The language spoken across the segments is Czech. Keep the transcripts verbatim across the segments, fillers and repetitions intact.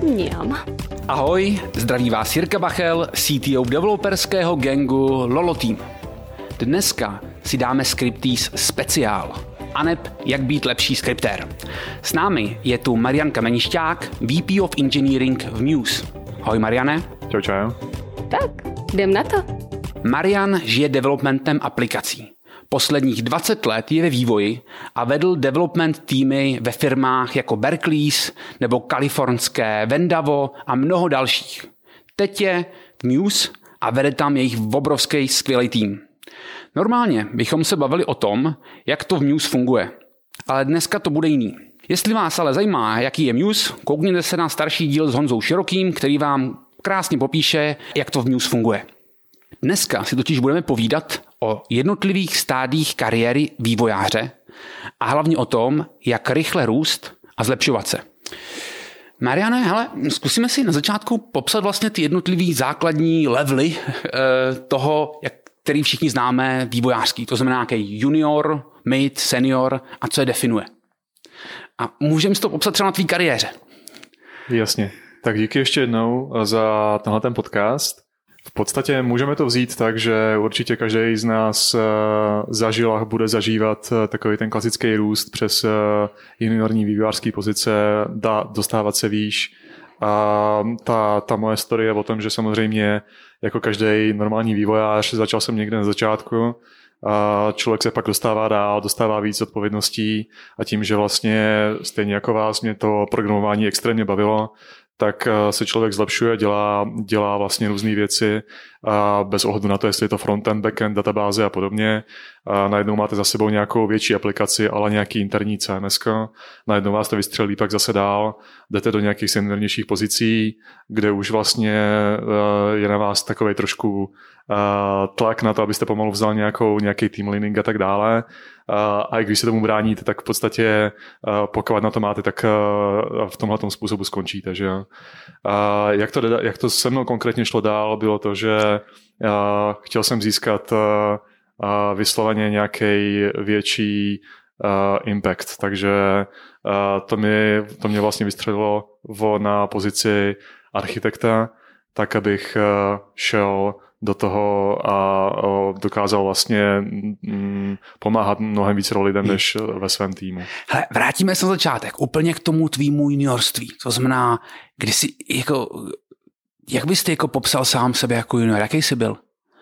Mňam. Ahoj, zdraví vás Jirka Bachel, C T O developerského gangu Lolo Team. Dneska si dáme Scriptease speciál. Aneb jak být lepší skriptér. S námi je tu Marian Kamenišťák, V P of Engineering v Muse. Ahoj Mariane. Čau, čau. Tak, jdem na to. Marian žije developmentem aplikací. Posledních dvacet let je ve vývoji a vedl development týmy ve firmách jako Berkeley's nebo kalifornské Vendavo a mnoho dalších. Teď je v Muse a vede tam jejich obrovský skvělý tým. Normálně bychom se bavili o tom, jak to v Muse funguje. Ale dneska to bude jiný. Jestli vás ale zajímá, jaký je Muse, koukněte se na starší díl s Honzou Širokým, který vám krásně popíše, jak to v Muse funguje. Dneska si totiž budeme povídat o jednotlivých stádiích kariéry vývojáře a hlavně o tom, jak rychle růst a zlepšovat se. Mariane, hele, zkusíme si na začátku popsat vlastně ty jednotlivý základní levely eh, toho, jak, který všichni známe vývojářský. To znamená nějaký junior, mid, senior a co je definuje. A můžeme si to popsat třeba na tvý kariéře. Jasně. Tak díky ještě jednou za tenhle ten podcast. V podstatě můžeme to vzít tak, že určitě každý z nás zažil a bude zažívat takový ten klasický růst přes juniorní vývojářské pozice, dá, dostávat se výš. A ta, ta moje story je o tom, že samozřejmě jako každý normální vývojář začal jsem někde na začátku a člověk se pak dostává dál, dostává víc odpovědností a tím, že vlastně stejně jako vás mě to programování extrémně bavilo, tak se člověk zlepšuje, dělá, dělá vlastně různé věci a bez ohledu na to, jestli je to frontend, backend, databáze a podobně. A najednou máte za sebou nějakou větší aplikaci, ale nějaký interní C M S ko. Najednou vás to vystřelí pak zase dál, jdete do nějakých seniornějších pozicí, kde už vlastně je na vás takovej trošku tlak na to, abyste pomalu vzal nějakou, nějaký team leading a tak dále. A i když se tomu bráníte, tak v podstatě pokud na to máte, tak v tomhletom způsobu skončíte. Že? A jak, to, jak to se mnou konkrétně šlo dál, bylo to, že chtěl jsem získat vysloveně nějaký větší impact, takže to mě, to mě vlastně vystřelilo na pozici architekta, tak abych šel do toho a dokázal vlastně pomáhat mnohem víc lidem než ve svém týmu. Hele, vrátíme se na začátek, úplně k tomu tvýmu juniorství. To znamená, kdy jsi jako, jak bys ty jako popsal sám sebe jako junior? Jaký jsi byl?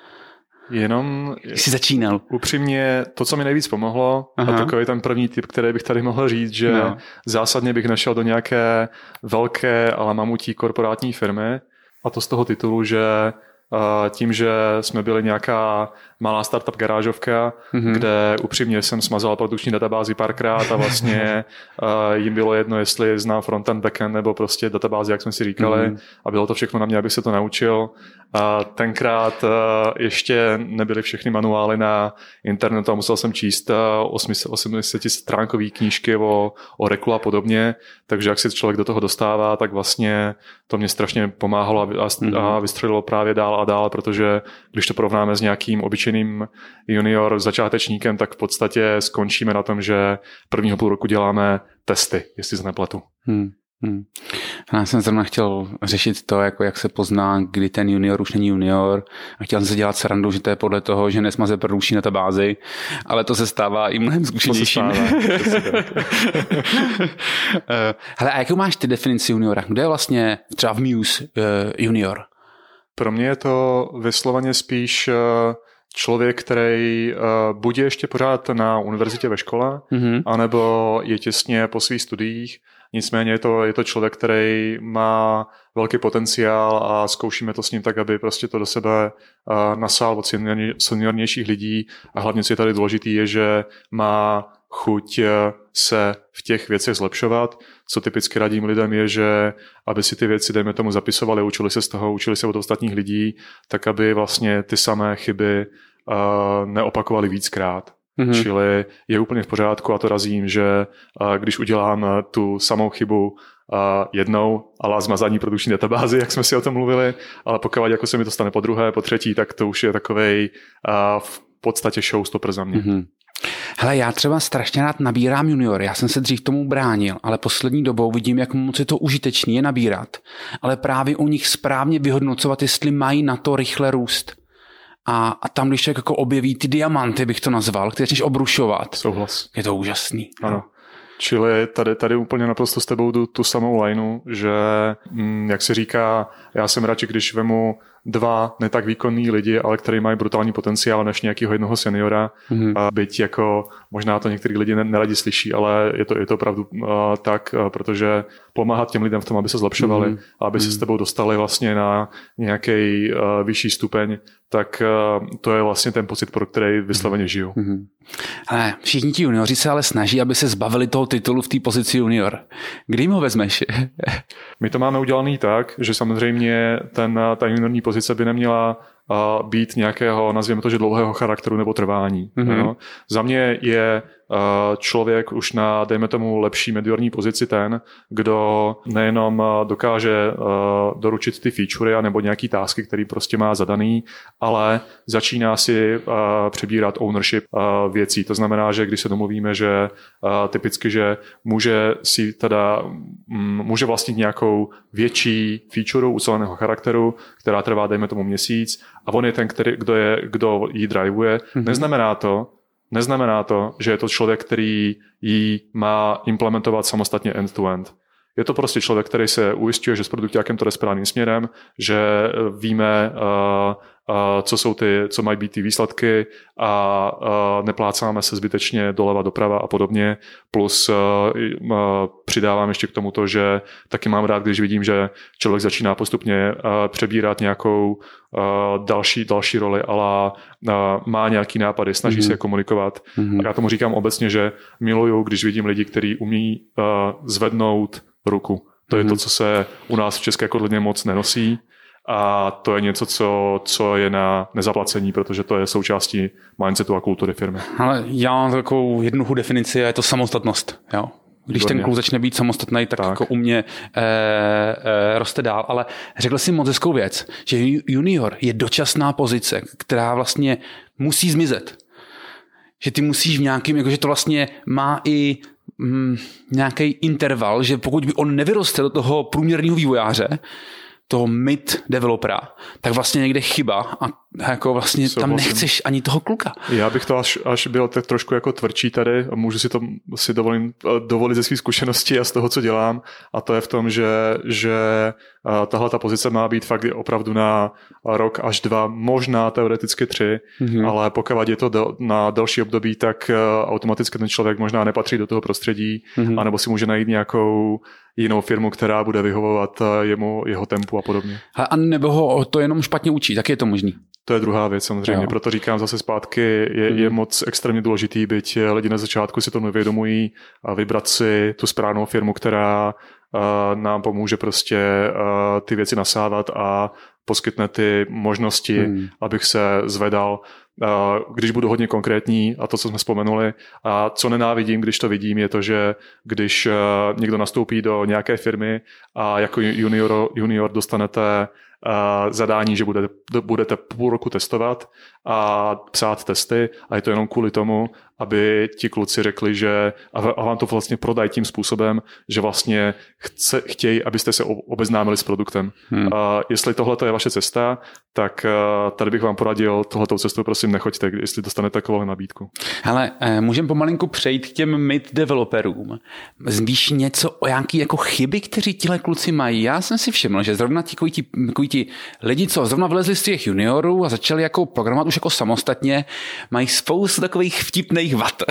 Jenom jsi začínal. Upřímně to, co mi nejvíc pomohlo, Aha. a takový ten první tip, který bych tady mohl říct, že no. zásadně bych nešel do nějaké velké, ale mamutí korporátní firmy, a to z toho titulu, že tím, že jsme byli nějaká malá startup garážovka, mm-hmm. kde upřímně jsem smazal produkční databázi párkrát a vlastně uh, jim bylo jedno, jestli znám frontend, backend nebo prostě databázi, jak jsme si říkali, mm-hmm. a bylo to všechno na mě, abych se to naučil. A tenkrát uh, ještě nebyly všechny manuály na internetu a musel jsem číst uh, osmisetstránkový knížky o, o Reklu a podobně, takže jak se člověk do toho dostává, tak vlastně to mě strašně pomáhalo a, a, mm-hmm. a vystřelilo právě dál a dál, protože když to porovnáme s nějakým obyčejným junior začátečníkem, tak v podstatě skončíme na tom, že prvního půl roku děláme testy, jestli se nepletu. Hmm. Hmm. Já jsem zrovna chtěl řešit to, jako jak se pozná, kdy ten junior už není junior, a chtěl jsem se dělat srandu, že to je podle toho, že nesmaze produkční databázi, ale to se stává i mnohem zkušenějším. Hele, a jakou máš ty definici juniora? Kdo je vlastně třeba v Muse uh, junior? Pro mě je to vysloveně spíš člověk, který buď je ještě pořád na univerzitě ve škole, mm-hmm. anebo je těsně po svých studiích. Nicméně je to, je to člověk, který má velký potenciál a zkoušíme to s ním tak, aby prostě to do sebe nasál od seniornějších lidí. A hlavně, co je tady důležitý, je, že má chuť se v těch věcech zlepšovat. Co typicky radím lidem je, že aby si ty věci, dejme tomu, zapisovali, učili se z toho, učili se od ostatních lidí, tak aby vlastně ty samé chyby uh, neopakovali víckrát. Mm-hmm. Čili je úplně v pořádku a to razím, že uh, když udělám tu samou chybu uh, jednou, ale zmazání produkční databázy, jak jsme si o tom mluvili, ale pokud jako se mi to stane po druhé, po třetí, tak to už je takovej uh, v podstatě showstopper za mě. Mm-hmm. Hele, já třeba strašně rád nabírám juniory, já jsem se dřív tomu bránil, ale poslední dobou vidím, jak moc je to užitečný je nabírat, ale právě u nich správně vyhodnocovat, jestli mají na to rychle růst. A, a tam, když člověk jako objeví ty diamanty, bych to nazval, které začneš obrušovat, Souhlas. Je to úžasný. Ano. Čili tady, tady úplně naprosto s tebou tu, tu samou lineu, že hm, jak se říká, já jsem radši, když vemu dva ne tak výkonný lidi, ale který mají brutální potenciál než nějakého jednoho seniora. Mm-hmm. A byť jako možná to některý lidi neradi slyší, ale je to, je to opravdu uh, tak, uh, protože pomáhat těm lidem v tom, aby se zlepšovali, mm-hmm. a aby se s tebou dostali vlastně na nějaký uh, vyšší stupeň, tak uh, to je vlastně ten pocit, pro který vysloveně žiju. Mm-hmm. Ale všichni ti junioři se ale snaží, aby se zbavili toho titulu v té pozici junior. Kdy jim ho vezmeš? My to máme udělaný tak, že samozřejmě ten, ta juniorní pozice by neměla uh, být nějakého, nazvěme to, že dlouhého charakteru nebo trvání. Mm-hmm. No? Za mě je uh, člověk už na, dejme tomu, lepší mediorní pozici ten, kdo nejenom uh, dokáže uh, doručit ty featurey nebo nějaký tásky, který prostě má zadaný, ale začíná si uh, přebírat ownership uh, věcí. To znamená, že když se domluvíme, že uh, typicky, že může si teda um, může vlastnit nějakou větší feature uceleného charakteru, která trvá, dejme tomu, měsíc, a on je ten, který, kdo, je, kdo ji drivuje. Mm-hmm. Neznamená to, neznamená to, že je to člověk, který ji má implementovat samostatně end-to-end. Je to prostě člověk, který se ujistuje, že s produkťákem to jde správným směrem, že víme, uh, uh, co jsou ty, co mají být ty výsledky, a uh, neplácáme se zbytečně doleva doprava a podobně. Plus uh, uh, přidávám ještě k tomu to, že taky mám rád, když vidím, že člověk začíná postupně uh, přebírat nějakou uh, další, další roli, ale uh, má nějaký nápady, snaží mm-hmm. se je komunikovat. Mm-hmm. Já tomu říkám obecně, že miluju, když vidím lidi, kteří umí uh, zvednout ruku. To je mm-hmm. to, co se u nás v České Kotlinině moc nenosí, a to je něco, co, co je na nezaplacení, protože to je součástí mindsetu a kultury firmy. Ale já mám takovou jednoduchou definici a je to samostatnost. Jo? Když Výborně. Ten kluk začne být samostatný, tak, tak. jako u mě e, e, roste dál. Ale řekl jsi moc hezkou věc, že junior je dočasná pozice, která vlastně musí zmizet. Že ty musíš v nějakým, jakože to vlastně má i mm, nějaký interval, že pokud by on nevyroste do toho průměrného vývojáře, toho mid developera, tak vlastně někde chyba a jako vlastně tam vlastně nechceš ani toho kluka. Já bych to až, až byl tak trošku jako tvrdší tady, můžu si to si dovolím, dovolit ze svých zkušeností a z toho, co dělám, a to je v tom, že, že tahle ta pozice má být fakt opravdu na rok až dva, možná teoreticky tři, mm-hmm. ale pokud je to del, na další období, tak automaticky ten člověk možná nepatří do toho prostředí, mm-hmm. anebo si může najít nějakou jinou firmu, která bude vyhovovat jemu, jeho tempu a podobně. A nebo ho to jenom špatně učí, tak je to možný. To je druhá věc samozřejmě, jo. Proto říkám zase zpátky, je, mm. je moc extrémně důležitý, byť lidi na začátku si to nevědomují, a vybrat si tu správnou firmu, která uh, nám pomůže prostě uh, ty věci nasávat a poskytne ty možnosti, mm. abych se zvedal. Uh, když budu hodně konkrétní, a to, co jsme vzpomenuli, a co nenávidím, když to vidím, je to, že když uh, někdo nastoupí do nějaké firmy a jako junior, junior dostanete uh, zadání, že budete, budete půl roku testovat a psát testy, a je to jenom kvůli tomu, aby ti kluci řekli, že a vám to vlastně prodají tím způsobem, že vlastně chce, chtějí, abyste se obeznámili s produktem. Hmm. A jestli tohle je vaše cesta, tak tady bych vám poradil, tohletou cestou prosím nechoďte, jestli dostanete takovou nabídku. Hele, můžeme pomalinku přejít k těm mid-developerům. Víš něco o nějaký jako chyby, kteří tihle kluci mají? Já jsem si všiml, že zrovna ti, ti, ti lidi, co zrovna vylezli z těch juniorů a začali jako programovat už jako samostatně, mají spoustu takových vtipných vat.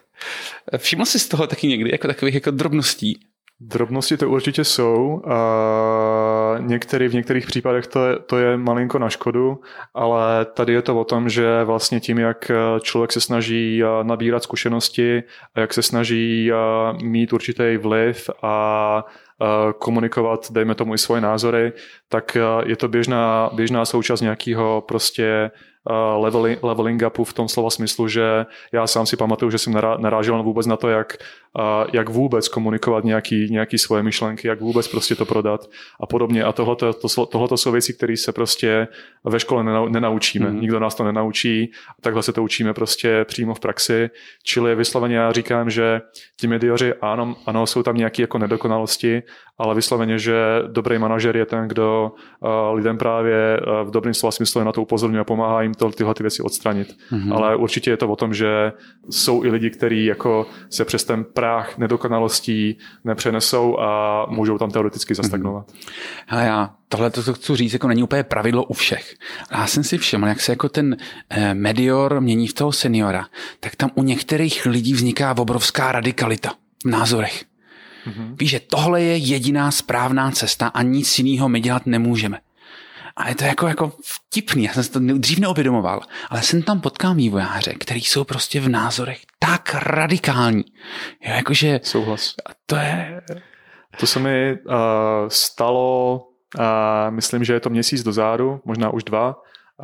Všiml jsi z toho taky někdy, jako takových jako drobností? Drobnosti to určitě jsou. A některý, v některých případech to je, to je malinko na škodu, ale tady je to o tom, že vlastně tím, jak člověk se snaží nabírat zkušenosti, jak se snaží mít určitý vliv a komunikovat, dejme tomu, i svoje názory, tak je to běžná, běžná součást nějakého prostě leveling, leveling upu v tom slova smyslu, že já sám si pamatuju, že jsem narážel vůbec na to, jak, jak vůbec komunikovat nějaký, nějaký svoje myšlenky, jak vůbec prostě to prodat a podobně. A tohleto, to, tohleto jsou věci, které se prostě ve škole nenaučíme. Mm-hmm. Nikdo nás to nenaučí. Takhle se to učíme prostě přímo v praxi. Čili vysloveně já říkám, že ti medioři, ano, ano, jsou tam nějaké jako nedokonalosti, ale vysloveně, že dobrý manažer je ten, kdo uh, lidem právě uh, v dobrém slova smyslu na to upozorňuje a pomáhá jim to, tyhle ty věci odstranit. Mm-hmm. Ale určitě je to o tom, že jsou i lidi, kteří jako se přes ten práh nedokonalostí nepřenesou a můžou tam teoreticky zastagnovat. Mm-hmm. Hele, já tohle to chci říct, jako není úplně pravidlo u všech. Já jsem si všiml, jak se jako ten eh, medior mění v toho seniora, tak tam u některých lidí vzniká obrovská radikalita v názorech. Mm-hmm. Víš, že tohle je jediná správná cesta a nic jiného my dělat nemůžeme. A je to jako, jako vtipný, já jsem si to dřív neuvědomoval, ale jsem tam potkal vývojáře, který jsou prostě v názorech tak radikální. Jo, jakože... Souhlas. To je... To se mi uh, stalo, uh, myslím, že je to měsíc dozadu, možná už dva,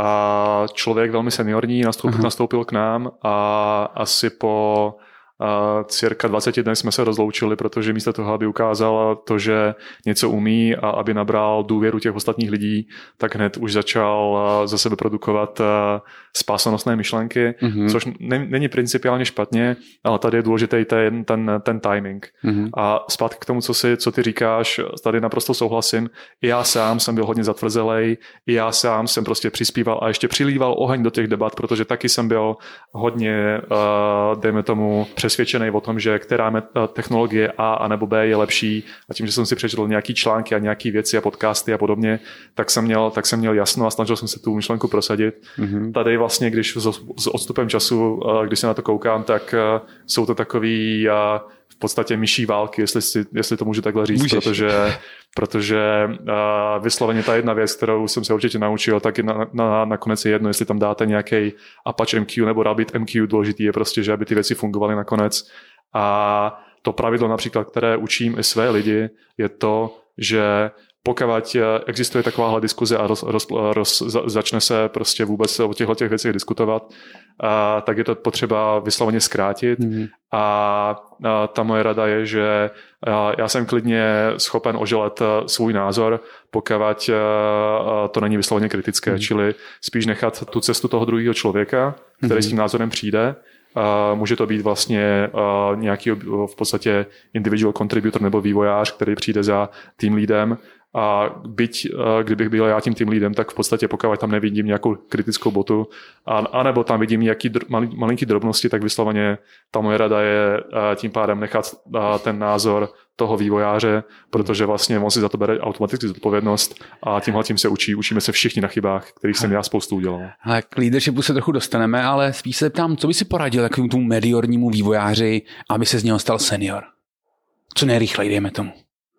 a člověk velmi seniorní nastoupil, uh-huh. nastoupil k nám a asi po a cirka dvacet dnech jsme se rozloučili, protože místo toho, aby ukázal to, že něco umí a aby nabral důvěru těch ostatních lidí, tak hned už začal za sebe produkovat spásonosné myšlenky, mm-hmm. což není principiálně špatně, ale tady je důležitý ten, ten, ten timing. Mm-hmm. A zpátky k tomu, co, si, co ty říkáš, tady naprosto souhlasím. I já sám jsem byl hodně zatvrzelej, i já sám jsem prostě přispíval a ještě přilíval oheň do těch debat, protože taky jsem byl hodně, dejme tomu, přesvědčený o tom, že která technologie A a nebo B je lepší a tím, že jsem si přečetl nějaký články a nějaký věci a podcasty a podobně, tak jsem měl, tak jsem měl jasno a snažil jsem se tu myšlenku prosadit. Mm-hmm. Tady vlastně, když s odstupem času, když se na to koukám, tak jsou to takový v podstatě myší války, jestli, si, jestli to můžu takhle říct, Můžeš. protože, protože vysloveně ta jedna věc, kterou jsem se určitě naučil, tak na, na, nakonec je jedno, jestli tam dáte nějaký Apache M Q nebo Rabbit M Q, důležitý je prostě, že aby ty věci fungovaly nakonec. A to pravidlo například, které učím i své lidi, je to, že pokud existuje takováhle diskuze a roz, roz, roz, začne se prostě vůbec o těchto těch věcech diskutovat, a, tak je to potřeba vysloveně zkrátit. Mm. A, a ta moje rada je, že a, já jsem klidně schopen oželet svůj názor, pokud a, to není vysloveně kritické, mm. čili spíš nechat tu cestu toho druhého člověka, který mm. s tím názorem přijde. Uh, může to být vlastně uh, nějaký v podstatě individual contributor nebo vývojář, který přijde za tým leadem a byť, uh, kdybych byl já tím tým leadem, tak v podstatě pokud tam nevidím nějakou kritickou botu a, anebo tam vidím nějaký dr- malý, malinký drobnosti, tak vysloveně ta moje rada je uh, tím pádem nechat uh, ten názor toho vývojáře, protože vlastně on si za to bere automaticky zodpovědnost a tímhle tím se učí. Učíme se všichni na chybách, kterých jsem já spoustu udělal. Ale k leadershipu se trochu dostaneme, ale spíš se ptám, co by si poradil takovému tomu mediornímu vývojáři, aby se z něho stal senior? Co nejrychleji, dejme tomu?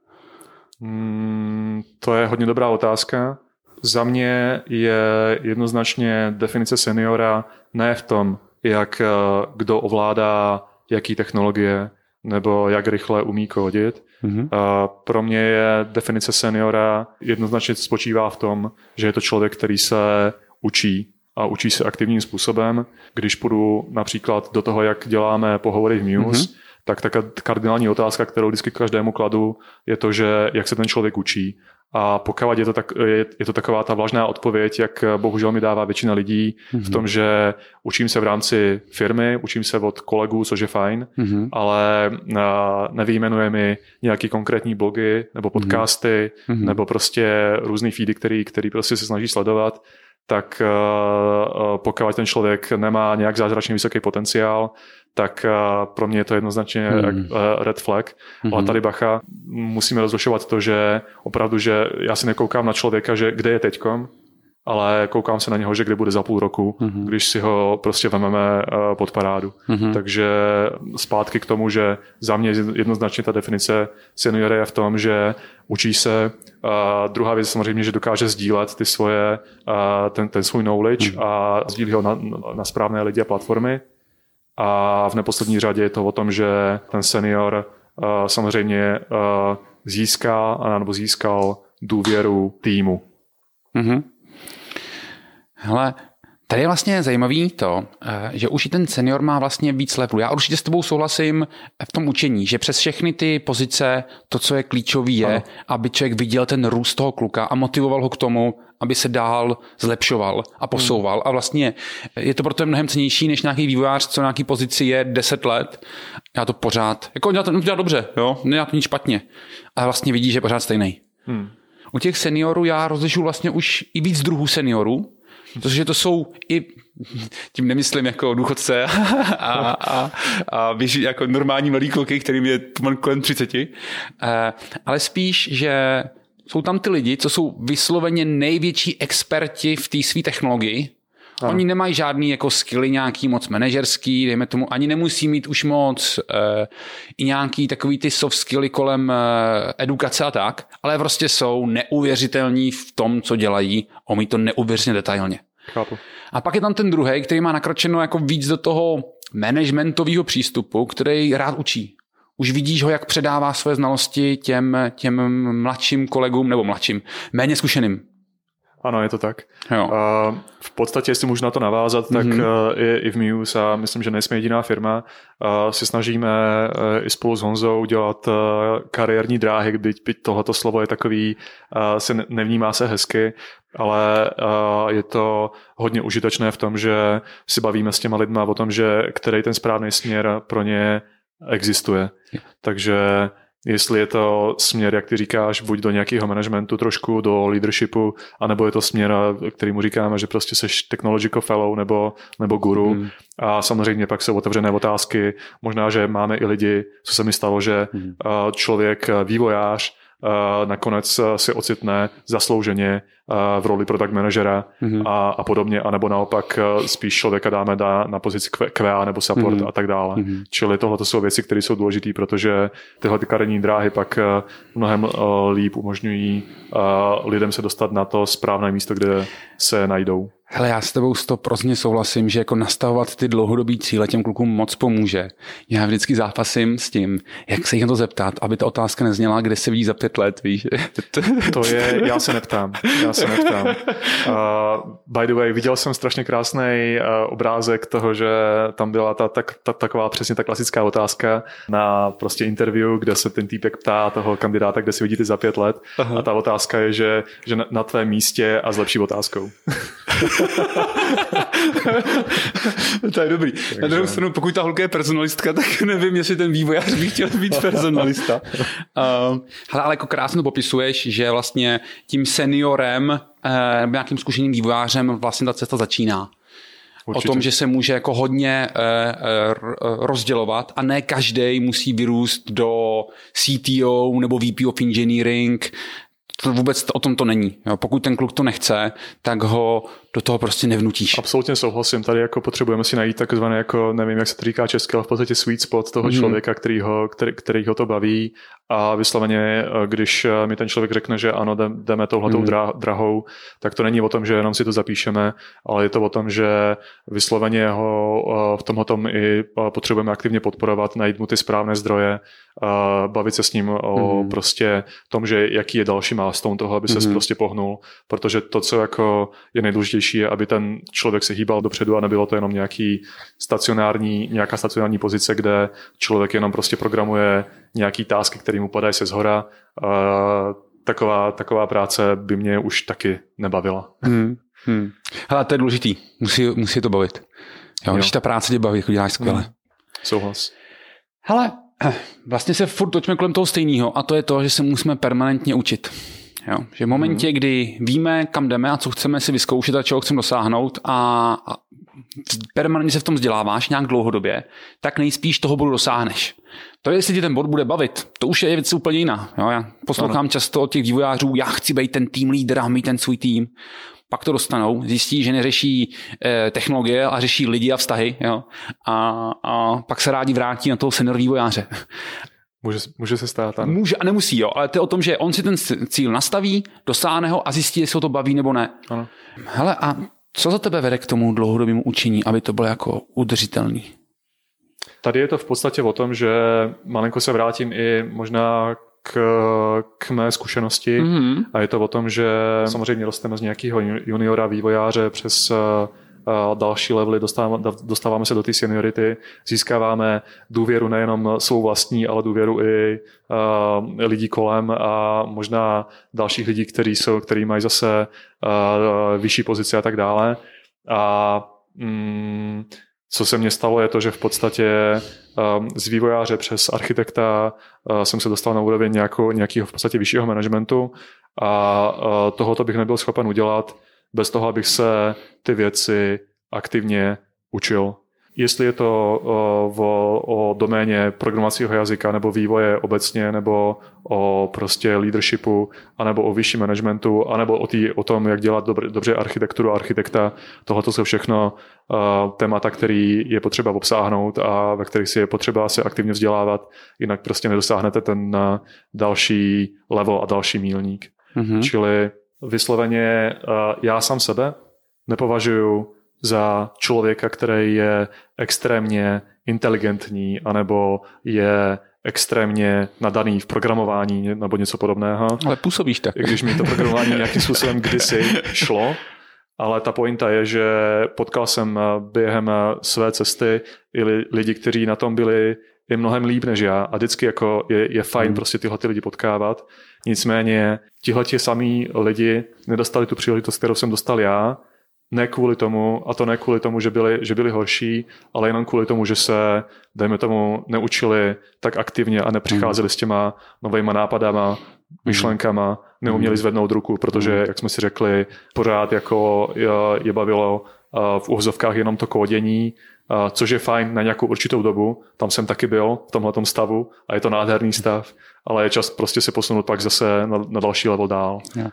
Hmm, to je hodně dobrá otázka. Za mě je jednoznačně definice seniora ne v tom, jak kdo ovládá jaký technologie, nebo jak rychle umí kódit. Mm-hmm. Pro mě je definice seniora jednoznačně spočívá v tom, že je to člověk, který se učí a učí se aktivním způsobem. Když půjdu například do toho, jak děláme pohovory v Muse, mm-hmm. tak ta kardinální otázka, kterou vždycky každému kladu, je to, že jak se ten člověk učí. A pokud je to, tak, je, je to taková ta vlažná odpověď, jak bohužel mi dává většina lidí mm-hmm. v tom, že učím se v rámci firmy, učím se od kolegů, což je fajn, mm-hmm. ale nevyjmenuje mi nějaký konkrétní blogy nebo podcasty mm-hmm. nebo prostě různý feedy, který, který prostě se snaží sledovat, tak pokud ten člověk nemá nějak zázračně vysoký potenciál, tak pro mě je to jednoznačně hmm. red flag. Hmm. Ale tady bacha, musíme rozlišovat to, že opravdu, že já si nekoukám na člověka, že kde je teďkom, ale koukám se na něho, že kde bude za půl roku, hmm. když si ho prostě vememe pod parádu. Hmm. Takže zpátky k tomu, že za mě jednoznačně ta definice seniora je v tom, že učí se. Uh, druhá věc samozřejmě, že dokáže sdílet ty svoje, uh, ten, ten svůj knowledge hmm. a sdílí ho na, na správné lidi a platformy. A v neposlední řadě je to o tom, že ten senior uh, samozřejmě uh, získá nebo získal důvěru týmu. Mm-hmm. Hele, Tady je vlastně zajímavý to, že už i ten senior má vlastně víc levelů. Já určitě s tebou souhlasím v tom učení, že přes všechny ty pozice to, co je klíčový, je, ano. aby člověk viděl ten růst toho kluka a motivoval ho k tomu, aby se dál zlepšoval a posouval. Hmm. A vlastně je to proto mnohem cennější, než nějaký vývojář, co na nějaký pozici je deset let. Já to pořád, jako dělá to, dělá dobře, jo, nedělá to nic špatně. A vlastně vidí, že je pořád stejný. Hmm. U těch seniorů já rozlišuju vlastně už i víc druhů seniorů, protože to jsou i, tím nemyslím jako důchodce a, a, a běží jako normální mladý kluky, kterým je kolem třiceti, ale spíš, že jsou tam ty lidi, co jsou vysloveně největší experti v té své technologii. Ano. Oni nemají žádný jako skilly nějaký moc manažerský, dejme tomu, ani nemusí mít už moc e, i nějaký takový ty soft skilly kolem e, edukace a tak, ale prostě jsou neuvěřitelní v tom, co dělají, a umí to neuvěřitelně detailně. Chápu. A pak je tam ten druhej, který má nakročeno jako víc do toho managementového přístupu, který rád učí. Už vidíš ho, jak předává své znalosti těm, těm mladším kolegům, nebo mladším, méně zkušeným. Ano, je to tak. Jo. Uh, v podstatě, jestli můžu na to navázat, mm-hmm. tak uh, i, i v Muse, a myslím, že nejsme jediná firma, uh, si snažíme uh, i spolu s Honzou dělat uh, kariérní dráhy, byť, byť tohleto slovo je takový, uh, se nevnímá se hezky, ale uh, je to hodně užitečné v tom, že si bavíme s těma lidma o tom, že který ten správný směr pro ně existuje. Takže jestli je to směr, jak ty říkáš, buď do nějakého managementu trošku, do leadershipu, anebo je to směr, kterýmu říkáme, že prostě seš technological fellow nebo, nebo guru. Mm. A samozřejmě pak jsou otevřené otázky. Možná, že máme i lidi, co se mi stalo, že mm. člověk, vývojář, nakonec si ocitne zaslouženě v roli product managera mm-hmm. a, a podobně, anebo naopak spíš člověka dáme na, na pozici Q A nebo support mm-hmm. a tak dále. Mm-hmm. Čili tohle to jsou věci, které jsou důležité, protože tyhle ty kariérní dráhy pak mnohem líp umožňují lidem se dostat na to správné místo, kde se najdou. Hele, já s tebou stoprocentně souhlasím, že jako nastavovat ty dlouhodobý cíle těm klukům moc pomůže. Já vždycky zápasím s tím, jak se jich na to zeptat, aby ta otázka nezněla, kde se vidí za pět let, víš. To je, já se neptám. Já se neptám. Uh, by the way, viděl jsem strašně krásný uh, obrázek toho, že tam byla ta, ta, ta, taková přesně ta klasická otázka na prostě interview, kde se ten týpek ptá toho kandidáta, kde si vidíte za pět let. Aha. A ta otázka je, že, že na, na tvém místě a s lepší otázkou. To je dobrý. Takže... Na druhou stranu, pokud ta holka je personalistka, tak nevím, jestli ten vývojář by chtěl být personalista. uh, hele, ale jako krásně to popisuješ, že vlastně tím seniorem nebo uh, nějakým zkušeným vývojářem vlastně ta cesta začíná. Určitě. O tom, že se může jako hodně uh, uh, rozdělovat a ne každý musí vyrůst do C T O nebo V P of Engineering. To vůbec o tom to není. Jo, pokud ten kluk to nechce, tak ho do toho prostě nevnutíš. Absolutně souhlasím. Tady jako potřebujeme si najít takzvané, jako nevím, jak se to říká česky, ale v podstatě sweet spot toho mm. člověka, který ho, který, který ho to baví. A vysloveně, když mi ten člověk řekne, že ano, jdeme touhletou mm. drahou, tak to není o tom, že jenom si to zapíšeme, ale je to o tom, že vysloveně ho v tomhletom i potřebujeme aktivně podporovat, najít mu ty správné zdroje, bavit se s ním o mm. prostě tom, že jaký je další milestone toho, aby se mm. prostě pohnul, protože to, co jako je nejdůležitější, je, aby ten člověk se hýbal dopředu a nebylo to jenom nějaký stacionární, nějaká stacionární pozice, kde člověk jenom prostě programuje nějaký tásky, které mu padají se zhora. Uh, taková, taková práce by mě už taky nebavila. Hmm. Hmm. Hele, to je důležitý. Musí, musí to bavit. Jo, jo. Když ta práce tě baví, jako děláš skvěle. Hmm. Souhlas. Hele, vlastně se furt točíme kolem toho stejného a to je to, že se musíme permanentně učit. Jo, že v momentě, hmm. kdy víme, kam jdeme a co chceme si vyzkoušet a čeho chceme dosáhnout a, a permanentně se v tom vzděláváš nějak dlouhodobě, tak nejspíš toho bodu dosáhneš. To, jestli ti ten bod bude bavit, to už je věc úplně jiná. Jo, já poslouchám ano. často od těch vývojářů, já chci být ten tým lídr a mít ten svůj tým. Pak to dostanou, zjistí, že neřeší eh, technologie a řeší lidi a vztahy. Jo, a, a pak se rádi vrátí na toho senior vývojáře. Může, může se stát, ano. Může a nemusí, jo, ale to je o tom, že on si ten cíl nastaví, dosáhne ho a zjistí, jestli ho to baví nebo ne. Ano. Hele, a co za tebe vede k tomu dlouhodobému učení, aby to bylo jako udržitelný? Tady je to v podstatě o tom, že malinko se vrátím i možná k, k mé zkušenosti mm-hmm. a je to o tom, že samozřejmě rosteme z nějakého juniora vývojáře přes další levely, dostáváme, dostáváme se do té seniority, získáváme důvěru nejenom svou vlastní, ale důvěru i uh, lidí kolem a možná dalších lidí, kteří jsou, kteří mají zase uh, vyšší pozice a tak dále. A mm, co se mně stalo, je to, že v podstatě um, z vývojáře přes architekta uh, jsem se dostal na úroveň nějakou, nějakého v podstatě vyššího managementu a uh, tohoto bych nebyl schopen udělat bez toho, abych se ty věci aktivně učil. Jestli je to uh, o, o doméně programovacího jazyka nebo vývoje obecně, nebo o prostě leadershipu, anebo o vyšší managementu, anebo o, tý, o tom, jak dělat dobře, dobře architekturu a architekta, tohle jsou všechno uh, témata, který je potřeba obsáhnout a ve kterých si je potřeba se aktivně vzdělávat, jinak prostě nedosáhnete ten uh, další level a další mílník. Mm-hmm. Čili vysloveně uh, já sám sebe nepovažuji za člověka, který je extrémně inteligentní anebo je extrémně nadaný v programování nebo něco podobného. Ale působíš tak. I když mi to programování nějakým způsobem kdysi šlo, ale ta pointa je, že potkal jsem během své cesty i lidi, kteří na tom byli je mnohem líp než já a vždycky jako je, je fajn hmm. prostě tyhle ty lidi potkávat. Nicméně tihleti samý lidi nedostali tu příležitost, kterou jsem dostal já, ne kvůli tomu, a to ne kvůli tomu, že byli, že byli horší, ale jenom kvůli tomu, že se, dejme tomu, neučili tak aktivně a nepřicházeli mm. s těma novejma nápadama, myšlenkama, neuměli zvednout ruku, protože, jak jsme si řekli, pořád jako je, je bavilo v uvozovkách jenom to kódění, což je fajn na nějakou určitou dobu. Tam jsem taky byl v tomhletom stavu a je to nádherný stav, ale je čas prostě se posunout pak zase na, na další level dál. Yeah.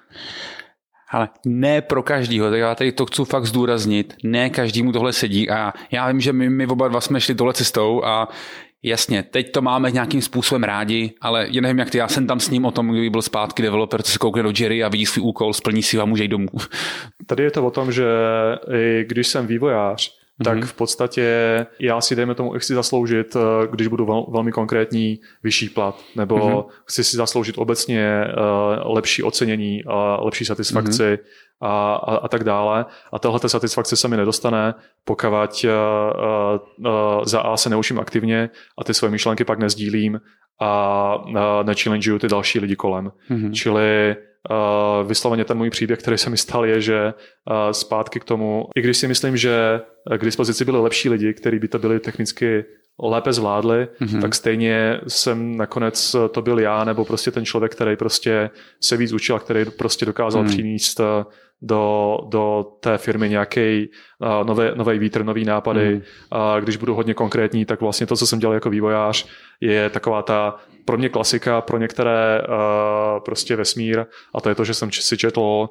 Ale ne pro každýho, tak já tady to chci fakt zdůraznit, ne každému tohle sedí a já vím, že my, my oba dva jsme šli tohle cestou a jasně, teď to máme nějakým způsobem rádi, ale já nevím jak ty, já jsem tam s ním o tom, kdyby byl zpátky developer, co se koukne do Jerry a vidí svůj úkol, splní si ho a může jít domů. Tady je to o tom, že i když jsem vývojář, tak mm-hmm. v podstatě já si, dejme tomu, chci zasloužit, když budu vel, velmi konkrétní, vyšší plat, nebo mm-hmm. chci si zasloužit obecně uh, lepší ocenění, uh, lepší satisfakci mm-hmm. a, a, a tak dále. A tahle satisfakce se mi nedostane, pokud uh, uh, uh, za A se neučím aktivně a ty svoje myšlenky pak nezdílím a uh, nechallengeuju ty další lidi kolem. Mm-hmm. Čili Uh, vysloveně ten můj příběh, který se mi stal, je, že uh, zpátky k tomu, i když si myslím, že k dispozici byli lepší lidi, kteří by to byli technicky lépe zvládli, mm-hmm. tak stejně jsem nakonec to byl já, nebo prostě ten člověk, který prostě se víc učil, který prostě dokázal mm. přinést do, do té firmy nějaký uh, nové, nový vítr, nový nápady. Mm. A když budu hodně konkrétní, tak vlastně to, co jsem dělal jako vývojář, je taková ta pro mě klasika, pro některé uh, prostě vesmír, a to je to, že jsem si četl uh,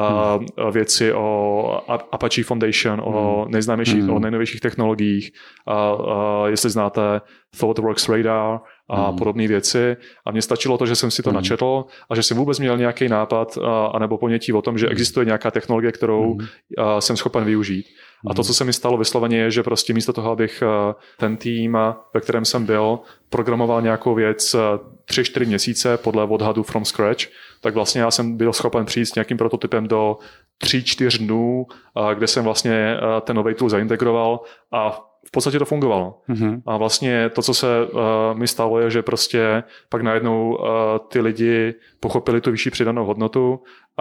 hmm. věci o Apache Foundation, hmm. o nejznámějších, hmm. o nejnovějších technologiích, uh, uh, jestli znáte ThoughtWorks Radar a hmm. podobné věci. A mně stačilo to, že jsem si to hmm. načetl a že jsem vůbec měl nějaký nápad uh, anebo ponětí o tom, že existuje nějaká technologie, kterou hmm. uh, jsem schopen využít. A to, co se mi stalo vysloveně, je, že prostě místo toho, abych ten tým, ve kterém jsem byl, programoval nějakou věc tři čtyři měsíce podle odhadu from scratch, tak vlastně já jsem byl schopen přijít s nějakým prototypem do tři čtyři dnů, kde jsem vlastně ten nový tool zaintegroval a v podstatě to fungovalo. Mm-hmm. A vlastně to, co se uh, mi stalo, je, že prostě pak najednou uh, ty lidi pochopili tu vyšší přidanou hodnotu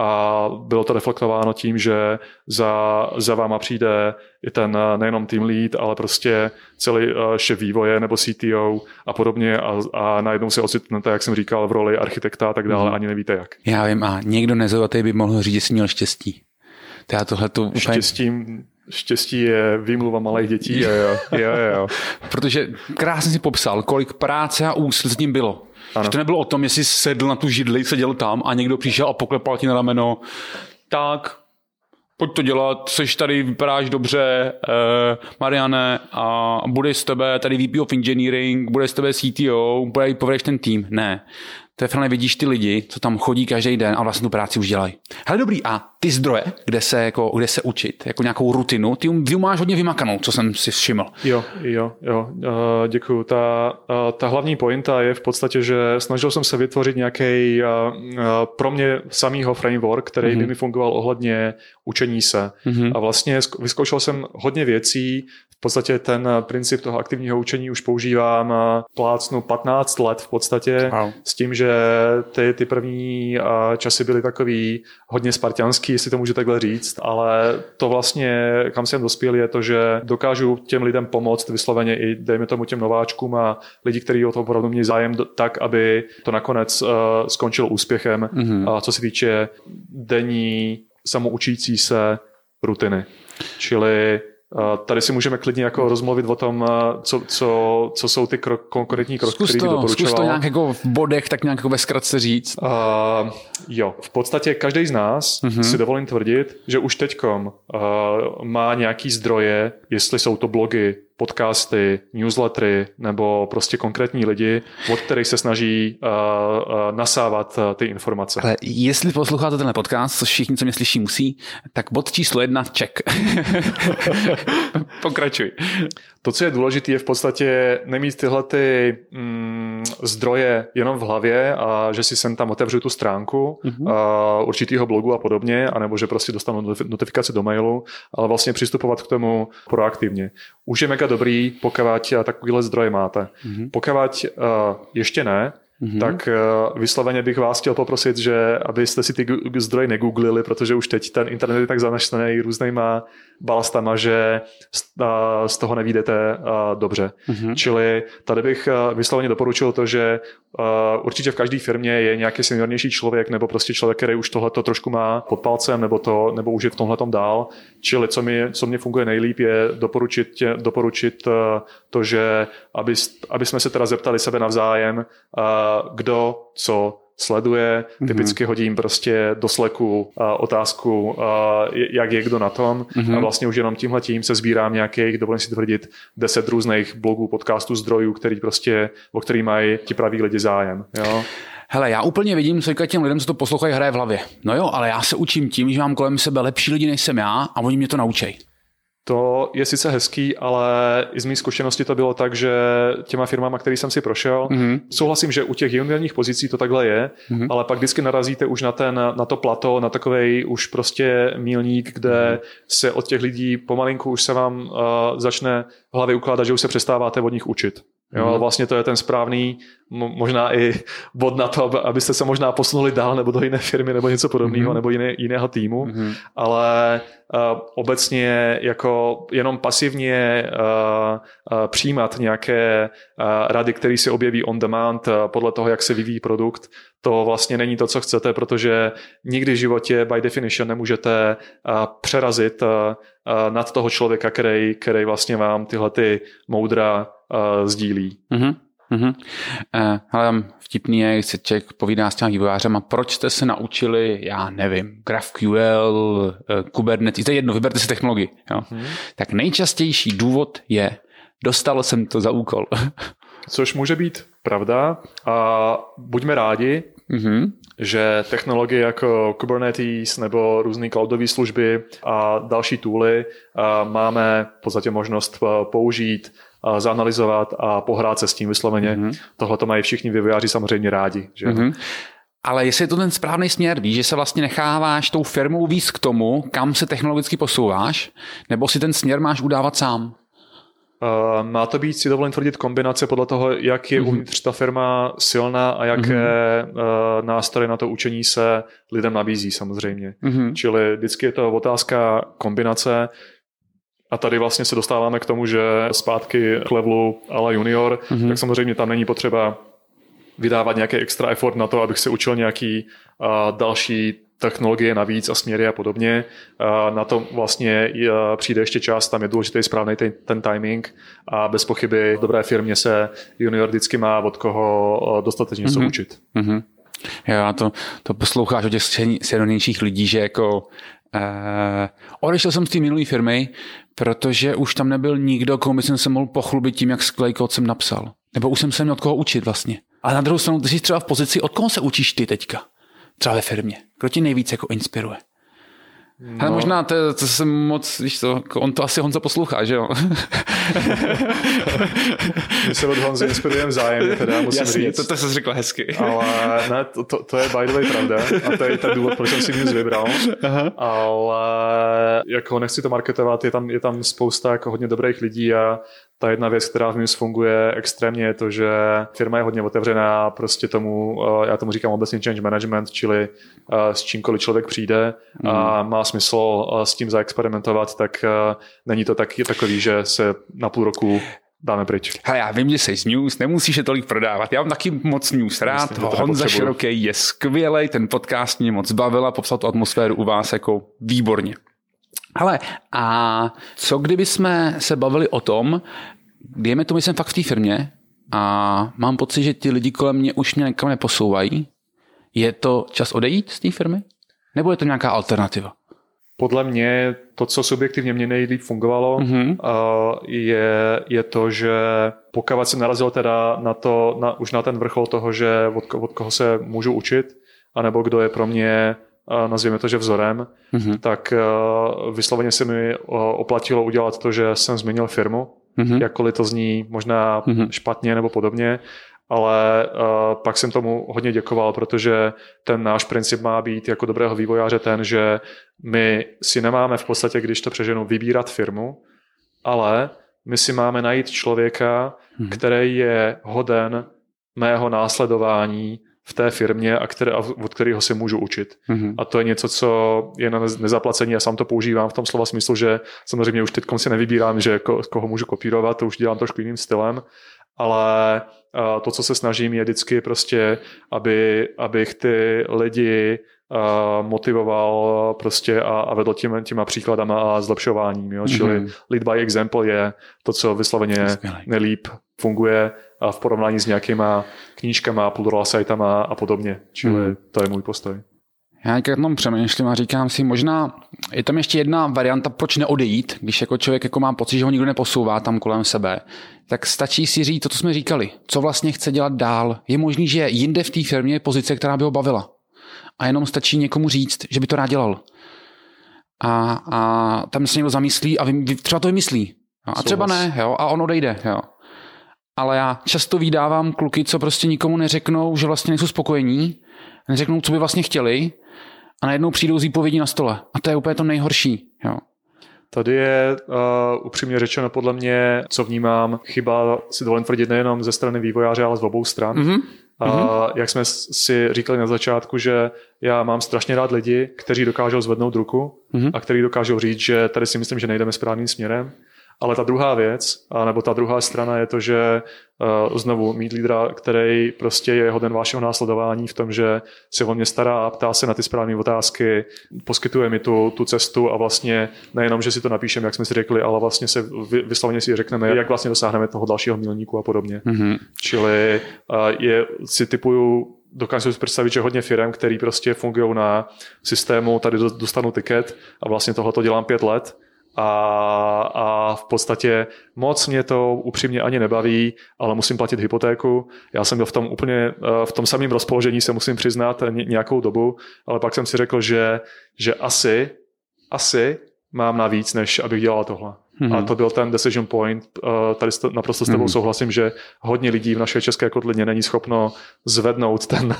a bylo to reflektováno tím, že za, za váma přijde i ten uh, nejenom team lead, ale prostě celý uh, šéf vývoje nebo C T O a podobně a, a najednou se ocitnete, jak jsem říkal, v roli architekta a tak dále, mm-hmm. ani nevíte jak. Já vím, a někdo nezauvatý by mohl říct, že jsi měl štěstí. To já tohleto úplně... Štěstím... Štěstí je výmluva malých dětí. Jo, jo, jo, jo. Protože krásně si popsal, kolik práce a úsilí s ním bylo. Ano. Že to nebylo o tom, jestli sedl na tu židli, seděl tam a někdo přišel a poklepal ti na rameno. Tak, pojď to dělat, seš tady, vypadáš dobře, eh, Mariane, a bude z tebe tady V P of Engineering, bude z tebe C T O, bude povedeš ten tým. Ne. To je fajn, vidíš ty lidi, co tam chodí každý den a vlastně tu práci už dělají. Hele dobrý, a ty zdroje, kde se, jako, kde se učit, jako nějakou rutinu, ty ju máš hodně vymakanou, co jsem si všiml. Jo, jo, jo, uh, děkuju. Ta, uh, ta hlavní pointa je v podstatě, že snažil jsem se vytvořit nějaký uh, uh, pro mě samýho framework, který mm-hmm. by mi fungoval ohledně učení se. Mm-hmm. A vlastně vyzkoušel jsem hodně věcí. V podstatě ten princip toho aktivního učení už používám plácnu patnáct let v podstatě, wow. S tím, že ty, ty první časy byly takový hodně spartianský, jestli to můžu takhle říct, ale to vlastně, kam jsem dospěl, je to, že dokážu těm lidem pomoct vysloveně i, dejme tomu, těm nováčkům a lidi, kteří o to opravdu měli zájem, tak, aby to nakonec uh, skončilo úspěchem, mm-hmm. a co se týče denní samoučící se rutiny. Čili tady si můžeme klidně jako rozmluvit o tom, co, co, co jsou ty krok, konkrétní kroky, které by doporučoval. Zkus to nějak jako v bodech, tak nějak jako ve zkratce říct. Uh, jo, v podstatě každý z nás, uh-huh. si dovolím tvrdit, že už teďkom uh, má nějaký zdroje, jestli jsou to blogy, podcasty, newslettery nebo prostě konkrétní lidi, od kterých se snaží uh, uh, nasávat uh, ty informace. Ale jestli posloucháte tenhle podcast, což všichni, co mě slyší, musí, tak bod číslo jedna, check. Pokračuj. To, co je důležité, je v podstatě nemít tyhle ty, mm, zdroje jenom v hlavě a že si sem tam otevřu tu stránku mm-hmm. uh, určitýho blogu a podobně, anebo že prostě dostanu notifikaci do mailu, ale vlastně přistupovat k tomu proaktivně. Už je mega dobrý, pokud takovýhle zdroje máte. Mm-hmm. Pokud uh, ještě ne, Mm-hmm. tak uh, vysloveně bych vás chtěl poprosit, že abyste si ty zdroje negooglili, protože už teď ten internet je tak zanaštený různýma balastama, že z, uh, z toho nevídete uh, dobře. Mm-hmm. Čili tady bych uh, vysloveně doporučil to, že uh, určitě v každé firmě je nějaký seniornější člověk nebo prostě člověk, který už tohleto trošku má pod palcem nebo, to, nebo už je v tomhletom dál. Čili co, mi, co mě funguje nejlíp je doporučit, doporučit uh, to, že aby, aby jsme se teda zeptali sebe navzájem, uh, kdo co sleduje. Mm-hmm. Typicky hodím prostě do Slacku uh, otázku, uh, jak je kdo na tom. Mm-hmm. A vlastně už jenom tímhletím se sbírám nějakých, dovolím si tvrdit, deset různých blogů, podcastů, zdrojů, který prostě, o který mají ti praví lidi zájem. Jo? Hele, já úplně vidím, co těm lidem, co to poslouchají, hraje v hlavě. No jo, ale já se učím tím, že mám kolem sebe lepší lidi, než jsem já, a oni mě to naučí. To je sice hezký, ale i z mých zkušeností to bylo tak, že těma firmama, který jsem si prošel, mm-hmm. souhlasím, že u těch juniorních pozicí to takhle je, mm-hmm. ale pak vždycky narazíte už na, ten, na to plato, na takovej už prostě milník, kde mm-hmm. se od těch lidí pomalinku už se vám uh, začne v hlavě ukládat, že už se přestáváte od nich učit. Jo, mm-hmm. Vlastně to je ten správný, možná i bod na to, abyste se možná posunuli dál nebo do jiné firmy nebo něco podobného mm-hmm. nebo jiné, jiného týmu, mm-hmm. ale uh, obecně jako jenom pasivně uh, uh, přijímat nějaké uh, rady, které se objeví on demand uh, podle toho, jak se vyvíjí produkt, to vlastně není to, co chcete, protože nikdy v životě by definition nemůžete uh, přerazit uh, uh, nad toho člověka, který, který vlastně vám tyhle ty moudra uh, sdílí. Mm-hmm. Mm-hmm. Uh, hele, vtipný je, když se člověk povídá s těmi vývojářema, proč jste se naučili, já nevím, GraphQL, uh, Kubernetes, to je jedno, vyberte si technologii. Jo? Mm-hmm. Tak nejčastější důvod je, dostal jsem to za úkol. Což může být pravda a buďme rádi, mm-hmm. že technologie jako Kubernetes nebo různé cloudové služby a další tooly máme v podstatě možnost použít, zaanalyzovat a pohrát se s tím vysloveně. Mm-hmm. Tohle to mají všichni vývojáři samozřejmě rádi. Že? Mm-hmm. Ale jestli je to ten správný směr, víš, že se vlastně necháváš tou firmou víc k tomu, kam se technologicky posouváš, nebo si ten směr máš udávat sám? Uh, má to být, si dovolím tvrdit, kombinace podle toho, jak je mm-hmm. uvnitř ta firma silná a jaké mm-hmm. uh, nástroje na to učení se lidem nabízí samozřejmě. Mm-hmm. Čili vždycky je to otázka kombinace a tady vlastně se dostáváme k tomu, že zpátky k levelu a la junior, mm-hmm. tak samozřejmě tam není potřeba vydávat nějaký extra effort na to, abych se učil nějaký uh, další technologie navíc a směry a podobně. Na to vlastně přijde ještě čas, tam je důležitý správný ten, ten timing a bez pochyby v dobré firmě se junior vždycky má od koho dostatečně něco mm-hmm. učit. Mm-hmm. Já to, to posloucháš od těch seniornějších lidí, že jako eh, odešel jsem z té minulé firmy, protože už tam nebyl nikdo, komu jsem se mohl pochlubit tím, jak skvělý kód jsem napsal. Nebo už jsem se měl od koho učit vlastně. Ale na druhou stranu, ty jsi třeba v pozici, od koho se učíš ty teďka? Třeba ve firmě. Kdo tě nejvíc jako inspiruje? No. Ale možná to, to jsem moc, víš co, on to asi Honza poslouchá, že jo? My se od Honzy inspirujeme vzájemně, teda musím Jasně, říct. to, to jsi řekl hezky. Ale ne, to, to, to je by the way pravda a to je ten důvod, proč jsem si Muse vybral. Aha. Ale jako nechci to marketovat, je tam, je tam spousta jako hodně dobrých lidí a ta jedna věc, která v Muse funguje extrémně, je to, že firma je hodně otevřená prostě tomu, já tomu říkám obecně change management, čili s čímkoliv člověk přijde a má smysl s tím zaexperimentovat, tak není to taky takový, že se na půl roku dáme pryč. Hele, já vím, že jsi z News, nemusíš je tolik prodávat. Já mám taky moc News rád. Myslím, Honza Široký je skvělej, ten podcast mě moc bavil a popsal tu atmosféru u vás jako výborně. Hele, a co kdyby jsme se bavili o tom, dejme tomu, jsem fakt v té firmě a mám pocit, že ty lidi kolem mě už mě někam neposouvají. Je to čas odejít z té firmy? Nebo je to nějaká alternativa? Podle mě to, co subjektivně mě nejlíp fungovalo, mm-hmm. je, je to, že pokud jsem narazil teda na to, na, už na ten vrchol toho, že od, od koho se můžu učit, anebo kdo je pro mě, nazvěme to, že vzorem, mm-hmm. tak vysloveně se mi oplatilo udělat to, že jsem změnil firmu, mm-hmm. jakkoliv to zní možná mm-hmm. špatně nebo podobně, ale uh, pak jsem tomu hodně děkoval, protože ten náš princip má být jako dobrého vývojáře ten, že my si nemáme v podstatě, když to přeženu, vybírat firmu, ale my si máme najít člověka, hmm. který je hoden mého následování v té firmě a které, od kterého se můžu učit. Hmm. A to je něco, co je na nezaplacení. Já sám to používám v tom slova smyslu, že samozřejmě už teď si nevybírám, že ko, koho můžu kopírovat, to už dělám trošku jiným stylem, ale to, co se snažím, je vždycky prostě, aby, abych ty lidi motivoval prostě a, a vedl těma, těma příkladama a zlepšováním. Jo? Mm-hmm. Čili lead by example je to, co vysloveně nejlíp funguje a v porovnání s nějakýma knížkama, půl sajtama a podobně. Čili mm. to je můj postoj. Já někdy tom přemýšlím a říkám si, možná je tam ještě jedna varianta, proč neodejít, když jako člověk jako má pocit, že ho nikdo neposouvá tam kolem sebe, tak stačí si říct to, co jsme říkali, co vlastně chce dělat dál. Je možný, že jinde v té firmě je pozice, která by ho bavila. A jenom stačí někomu říct, že by to rád dělal. A, a tam se někdo zamyslí a vy, třeba to vymyslí. A třeba ne, jo, a on odejde. Jo. Ale já často vydávám kluky, co prostě nikomu neřeknou, že vlastně nejsou spokojení, neřeknou, co by vlastně chtěli, a najednou přijdou z výpovědí na stole. A to je úplně to nejhorší. Jo. Tady je uh, upřímně řečeno podle mě, co vnímám, chyba si dovolím tvrdit nejenom ze strany vývojáře, ale z obou stran. Mm-hmm. Uh, jak jsme si říkali na začátku, že já mám strašně rád lidi, kteří dokážou zvednout ruku mm-hmm. a kteří dokážou říct, že tady si myslím, že nejdeme správným směrem. Ale ta druhá věc, nebo ta druhá strana je to, že uh, znovu mít lídra, který prostě je hoden vašeho následování v tom, že se o mě stará a ptá se na ty správné otázky, poskytuje mi tu, tu cestu a vlastně nejenom, že si to napíšeme, jak jsme si řekli, ale vlastně se vysloveně si řekneme, jak vlastně dosáhneme toho dalšího milníku a podobně. Mm-hmm. Čili uh, je, si typuju, dokážu si představit, že hodně firem, který prostě fungují na systému, tady dostanu tiket a vlastně tohleto dělám pět let, A, a v podstatě moc mě to upřímně ani nebaví, ale musím platit hypotéku. Já jsem byl v tom úplně, v tom samém rozpoložení, se musím přiznat nějakou dobu, ale pak jsem si řekl, že, že asi, asi mám navíc, než abych dělal tohle. Mm-hmm. A to byl ten decision point. Tady naprosto s tebou mm-hmm. souhlasím, že hodně lidí v naší české kotlině není schopno zvednout ten,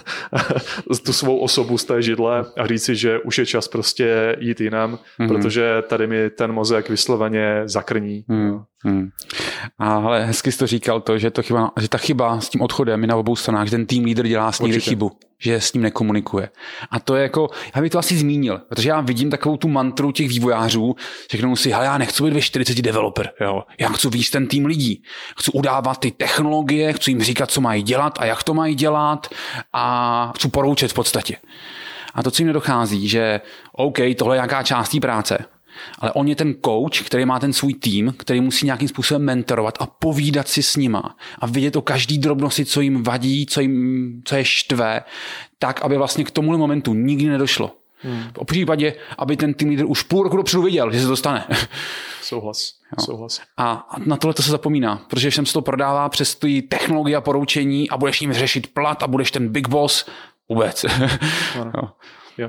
tu svou osobu z té židle a říct si, že už je čas prostě jít jinam, mm-hmm. protože tady mi ten mozek vysloveně zakrní. Mm-hmm. A hele, hezky jsi to říkal to, že, to chyba, že ta chyba s tím odchodem je na obou stranách, že ten tým lídr dělá s ní chybu, že s ním nekomunikuje. A to je jako, já bych to asi zmínil, protože já vidím takovou tu mantru těch vývojářů, řeknou si, hele, já nechci být ve čtyřiceti developer, jo. Já chci víc ten tým lidí, chci udávat ty technologie, chci jim říkat, co mají dělat a jak to mají dělat a chci poroučet v podstatě. A to, co jim nedochází, že OK, tohle je nějaká část té práce, ale on je ten coach, který má ten svůj tým, který musí nějakým způsobem mentorovat a povídat si s nima a vidět o každý drobnosti, co jim vadí, co, jim, co je štve, tak, aby vlastně k tomuhle momentu nikdy nedošlo. Hmm. V případě, aby ten tým lídr už půl roku dopředu viděl, že se to stane. Souhlas. Jo. Souhlas. A na tohle to se zapomíná, protože všem se to prodává přes ty technologie a poroučení a budeš jim řešit plat a budeš ten big boss. Vůbec. Ano. Jo. Jo.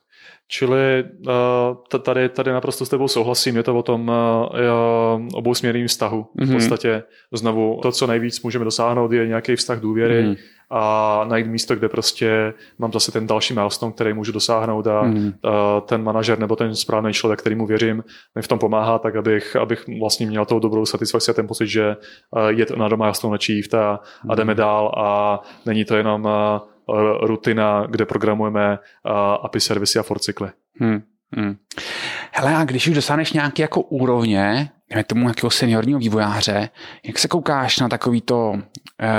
Čili uh, tady, tady naprosto s tebou souhlasím, je to o tom uh, obousměrným vztahu. Mm-hmm. V podstatě znovu to, co nejvíc můžeme dosáhnout, je nějaký vztah důvěry mm-hmm. a najít místo, kde prostě mám zase ten další milestone, který můžu dosáhnout a mm-hmm. uh, ten manažer nebo ten správný člověk, kterýmu věřím, mi v tom pomáhá, tak abych, abych vlastně měl tou dobrou satisfakci a ten pocit, že uh, je to na milestone achieved a, mm-hmm. a jdeme dál a není to jenom uh, rutina, kde programujeme uh, A P I servisy a forcykly. Hmm, hmm. Hele, a když už dosáhneš nějaké jako úrovně, jdeme tomu nějakého seniorního vývojáře, jak se koukáš na takovýto uh,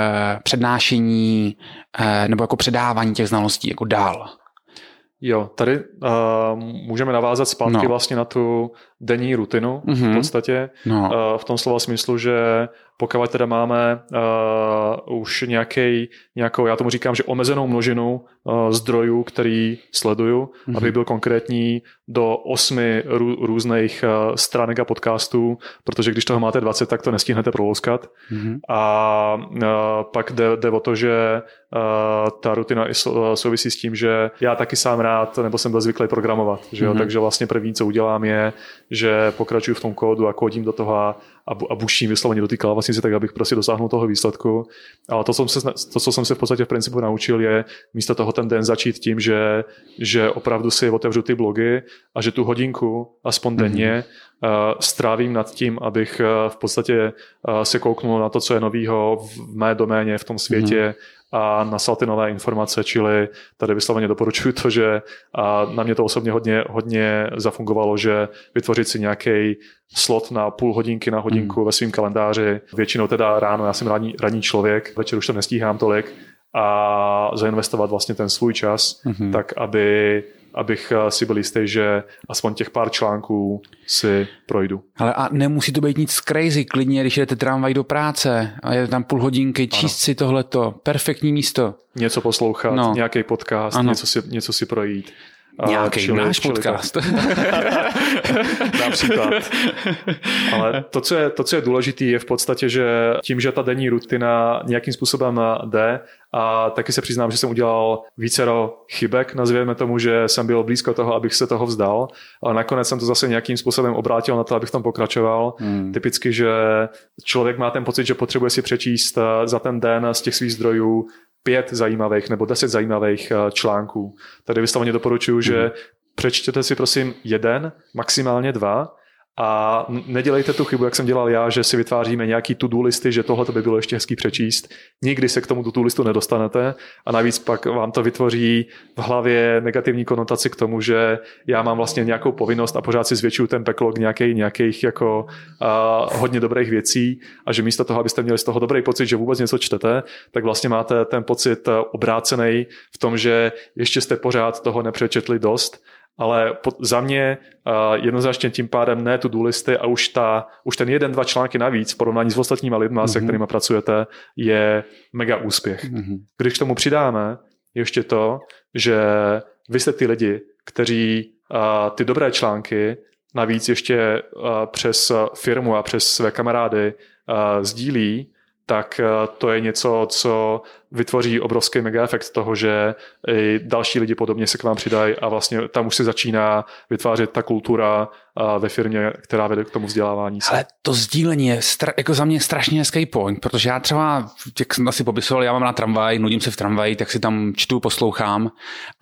přednášení uh, nebo jako předávání těch znalostí jako dál? Jo, tady uh, můžeme navázat zpátky no. vlastně na tu denní rutinu mm-hmm. v podstatě. No. Uh, v tom slova smyslu, že pokud teda máme uh, už nějaký, nějakou, já tomu říkám, že omezenou množinu uh, zdrojů, který sleduju, mm-hmm. aby byl konkrétní do osmi rů, různých uh, stránek a podcastů, protože když toho máte dvacet, tak to nestihnete prolouskat. Mm-hmm. A uh, pak jde, jde o to, že uh, ta rutina souvisí s tím, že já taky sám rád, nebo jsem byl zvyklý programovat. Že jo? Mm-hmm. Takže vlastně první, co udělám, je, že pokračuju v tom kódu a kódím do toho a, a buším vysloveně do té klávesnice, tak abych prostě dosáhnul toho výsledku. Ale to, co jsem se, to, co jsem se v podstatě v principu naučil, je místo toho ten den začít tím, že, že opravdu si otevřu ty blogy a že tu hodinku aspoň denně mm-hmm. uh, strávím nad tím, abych uh, v podstatě uh, se kouknul na to, co je novýho v mé doméně, v tom světě, mm-hmm. a nasal ty nové informace, čili tady vysloveně doporučuji to, že a na mě to osobně hodně, hodně zafungovalo, že vytvořit si nějaký slot na půl hodinky, na hodinku mm. ve svém kalendáři, většinou teda ráno, já jsem ranní, ranní člověk, večer už to nestíhám tolik a zainvestovat vlastně ten svůj čas, mm-hmm. tak aby abych si byl jistý, že aspoň těch pár článků si projdu. Ale a nemusí to být nic crazy, klidně, když jdete tramvaj do práce a je tam půl hodinky, číst ano. si tohleto, perfektní místo. Něco poslouchat, no. nějaký podcast, něco si, něco si projít. Nějaký čili, náš čili podcast. Například. Ale to co, je, to, co je důležité, je v podstatě, že tím, že ta denní rutina nějakým způsobem jde, a taky se přiznám, že jsem udělal vícero chybek, nazvěme tomu, že jsem byl blízko toho, abych se toho vzdal, ale nakonec jsem to zase nějakým způsobem obrátil na to, abych tam pokračoval. Hmm. Typicky, že člověk má ten pocit, že potřebuje si přečíst za ten den z těch svých zdrojů pět zajímavých nebo deset zajímavých článků. Tady vysloveně doporučuji, mm. že přečtěte si prosím jeden, maximálně dva a nedělejte tu chybu, jak jsem dělal já, že si vytváříme nějaký to-do listy, že tohle by bylo ještě hezký přečíst. Nikdy se k tomu to-do listu nedostanete a navíc pak vám to vytvoří v hlavě negativní konotaci k tomu, že já mám vlastně nějakou povinnost a pořád si zvětšuju ten backlog nějakých, nějakých jako uh, hodně dobrých věcí a že místo toho, abyste měli z toho dobrý pocit, že vůbec něco čtete, tak vlastně máte ten pocit obrácený v tom, že ještě jste pořád toho nepřečetli dost. Ale pod, za mě uh, jednoznačně tím pádem ne tu listy a už, ta, už ten jeden, dva články navíc v porovnání s ostatníma lidma, mm-hmm. se kterými pracujete, je mega úspěch. Mm-hmm. Když k tomu přidáme ještě to, že vy jste ty lidi, kteří uh, ty dobré články navíc ještě uh, přes firmu a přes své kamarády uh, sdílí, tak to je něco, co vytvoří obrovský mega efekt toho, že i další lidi podobně se k vám přidají a vlastně tam už se začíná vytvářet ta kultura ve firmě, která vede k tomu vzdělávání se. Ale to sdílení je stra- jako za mě strašně hezký point, protože já třeba, jak jsem asi popisoval, já mám na tramvaj, nudím se v tramvaji, tak si tam čtu, poslouchám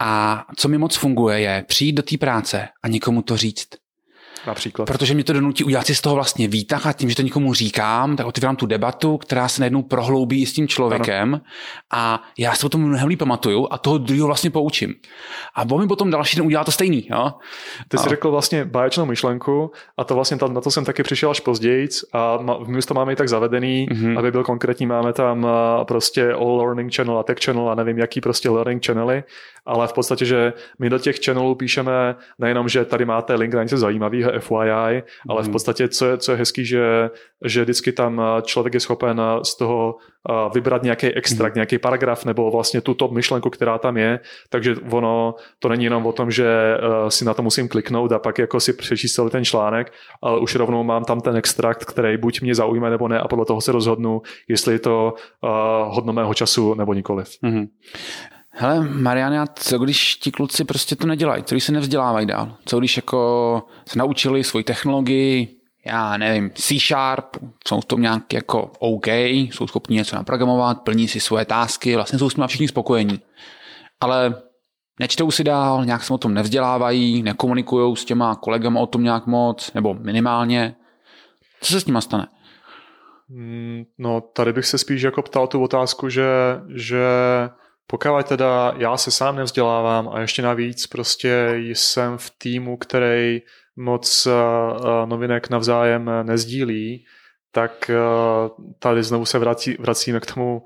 a co mi moc funguje je přijít do té práce a někomu to říct. Například. Protože mě to donutí udělat si z toho vlastně výtah a tím, že to někomu říkám, tak otevírám tu debatu, která se najednou prohloubí s tím člověkem ano. a já si o tom mnohem líp pamatuju a toho druhého vlastně poučím. A on mi potom další den udělá to stejný. Jo? Ty a... jsi řekl vlastně báječnou myšlenku a to vlastně na to jsem taky přišel až později a my to máme i tak zavedený, mm-hmm. aby byl konkrétní, máme tam prostě all learning channel a tech channel a nevím jaký prostě learning channely, ale v podstatě, že my do těch channelů píšeme nejenom, že tady máte link na něco zajímavého, že F Y I, ale v podstatě, co je, co je hezký, že, že vždycky tam člověk je schopen z toho vybrat nějaký extrakt, nějaký paragraf nebo vlastně tu top myšlenku, která tam je, takže ono, to není jenom o tom, že si na to musím kliknout a pak jako si přečíst celý ten článek, ale už rovnou mám tam ten extrakt, který buď mě zaujme nebo ne a podle toho se rozhodnu, jestli je to uh, hodno mého času nebo nikoliv. Mm-hmm. Hele, Mariane, co když ti kluci prostě to nedělají? Co když se nevzdělávají dál? Co když jako se naučili svoji technologii, já nevím, C Sharp, jsou v tom nějak jako OK, jsou schopni něco naprogramovat, plní si svoje tásky, vlastně jsou s nimi všichni spokojení. Ale nečtou si dál, nějak se o tom nevzdělávají, nekomunikují s těma kolegama o tom nějak moc, nebo minimálně. Co se s nima stane? No, tady bych se spíš jako ptal tu otázku, že, že pokud teda já se sám nevzdělávám a ještě navíc prostě jsem v týmu, který moc novinek navzájem nezdílí, tak tady znovu se vrací, vracíme k tomu,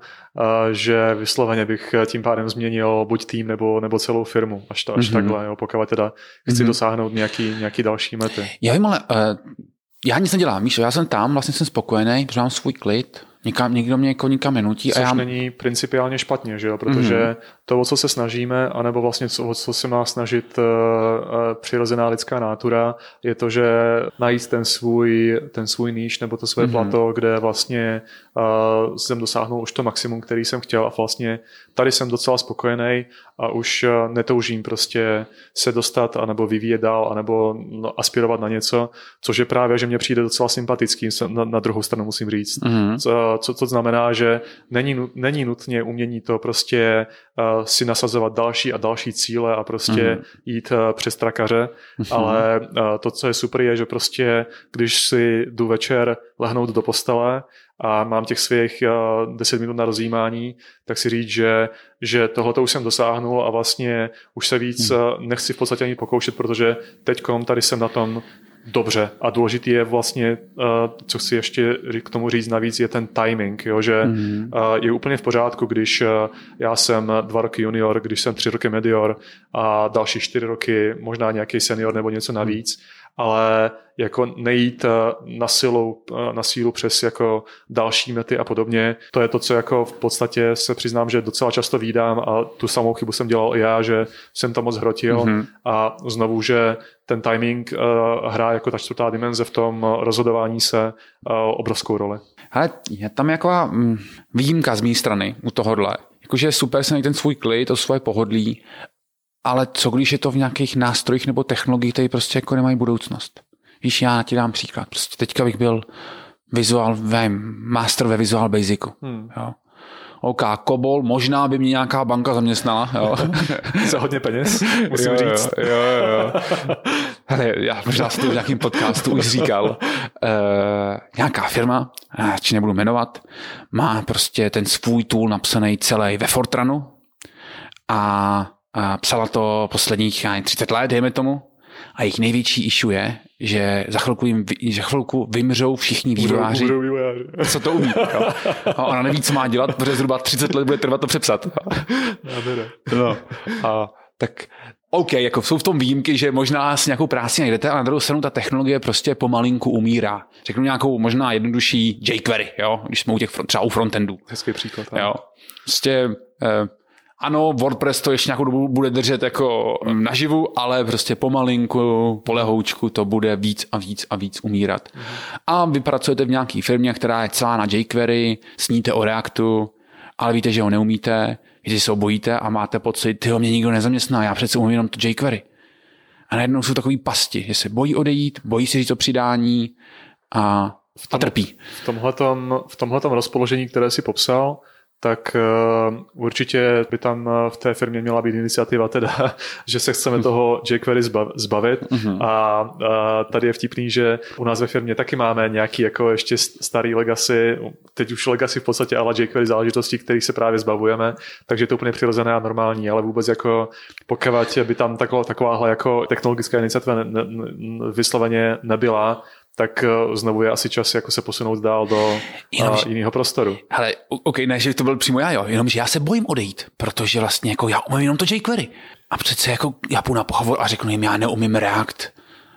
že vysloveně bych tím pádem změnil buď tým nebo, nebo celou firmu, až, to, až mm-hmm. takhle, jo, pokud teda chci mm-hmm. dosáhnout nějaký, nějaký další mety. Já vím, ale uh, já nic nedělám, víš, já jsem tam, vlastně jsem spokojený, protože mám svůj klid, nikam, nikdo mě jako nikam nenutí. Což a já... není principiálně špatně, že jo? Protože mm-hmm. to, o co se snažíme, anebo vlastně co, o co se má snažit uh, uh, přirozená lidská nátura, je to, že najít ten svůj, ten svůj níž nebo to své mm-hmm. plato, kde vlastně uh, jsem dosáhnul už to maximum, který jsem chtěl a vlastně tady jsem docela spokojený a už uh, netoužím prostě se dostat anebo vyvíjet dál, anebo no, aspirovat na něco, což je právě, že mně přijde docela sympatický, na, na druhou stranu musím říct. Mm-hmm. Co, co to znamená, že není, není nutně umění to prostě uh, si nasazovat další a další cíle a prostě mm-hmm. jít uh, přes trakaře, mm-hmm. ale uh, to, co je super, je, že prostě když si jdu večer lehnout do postele a mám těch svých uh, deset minut na rozjímání, tak si říct, že, že tohleto už jsem dosáhnul a vlastně už se víc uh, nechci v podstatě ani pokoušet, protože teďkom tady jsem na tom dobře a důležitý je vlastně, uh, co chci ještě k tomu říct navíc, je ten timing, jo, že mm. uh, je úplně v pořádku, když uh, já jsem dva roky junior, když jsem tři roky medior a další čtyři roky možná nějaký senior nebo něco navíc, ale jako nejít na sílu, na sílu přes jako další mety a podobně. To je to, co jako v podstatě se přiznám, že docela často vídám a tu samou chybu jsem dělal i já, že jsem to moc hrotil mm-hmm. a znovu, že ten timing uh, hrá jako ta čtvrtá dimenze v tom rozhodování se uh, obrovskou roli. Ale je tam jako mm, výjimka z mé strany u tohohle. Jakože je super se najít ten svůj klid, to svoje pohodlí, ale co když je to v nějakých nástrojích nebo technologiích, které prostě jako nemají budoucnost. Víš, já ti dám příklad. Prostě teďka bych byl vizuál, vím, master ve Visual Basicu. Hmm. Jo. OK, Cobol, možná by mě nějaká banka zaměstnala. Jo. Za hodně peněz, musím jo, říct. Jo, jo, jo. Hele, já možná jsem to v nějakém podcastu už říkal. Uh, nějaká firma, já či nebudu jmenovat, má prostě ten svůj tool napsaný celý ve Fortranu a A psala to posledních třicet let, dejme tomu. A jejich největší issue je, že za chvilku, jim, za chvilku vymřou všichni vývojáři. Co to umí. Jo. A ona neví, co má dělat, protože zhruba třicet let bude trvat to přepsat. No. A tak OK, jako jsou v tom výjimky, že možná si nějakou práci najdete, ale na druhou stranu ta technologie prostě pomalinku umírá. Řeknu nějakou možná jednodušší jQuery, jo, když jsme u těch třeba u frontendů. Hezký příklad. Jo. Prostě eh, ano, WordPress to ještě nějakou dobu bude držet jako naživu, ale prostě pomalinku, polehoučku to bude víc a víc a víc umírat. Mm. A vy pracujete v nějaké firmě, která je celá na jQuery, sníte o Reactu, ale víte, že ho neumíte, víte, že se ho bojíte a máte pocit, tyho mě nikdo nezaměstná, já přece umím jenom to jQuery. A najednou jsou takový pasti, že se bojí odejít, bojí si říct to přidání a, v tom, a trpí. V tomhletom, v tomhletom rozpoložení, které si popsal, tak uh, určitě by tam v té firmě měla být iniciativa teda, že se chceme toho jQuery zbavit uh-huh. a uh, tady je vtipný, že u nás ve firmě taky máme nějaký jako ještě starý legacy, teď už legacy v podstatě ale jQuery záležitosti, kterých se právě zbavujeme, takže je to úplně přirozené a normální, ale vůbec jako pokud by tam taková, takováhle jako technologická iniciativa ne, ne, vysloveně nebyla, tak znovu je asi čas jako se posunout dál do jenom, jiného prostoru. Hele, OK, ne, že to byl přímo já, jo, jenomže já se bojím odejít, protože vlastně jako já umím jenom to jQuery. A přece jako já půjdu na pohovor a řeknu jim, já neumím React.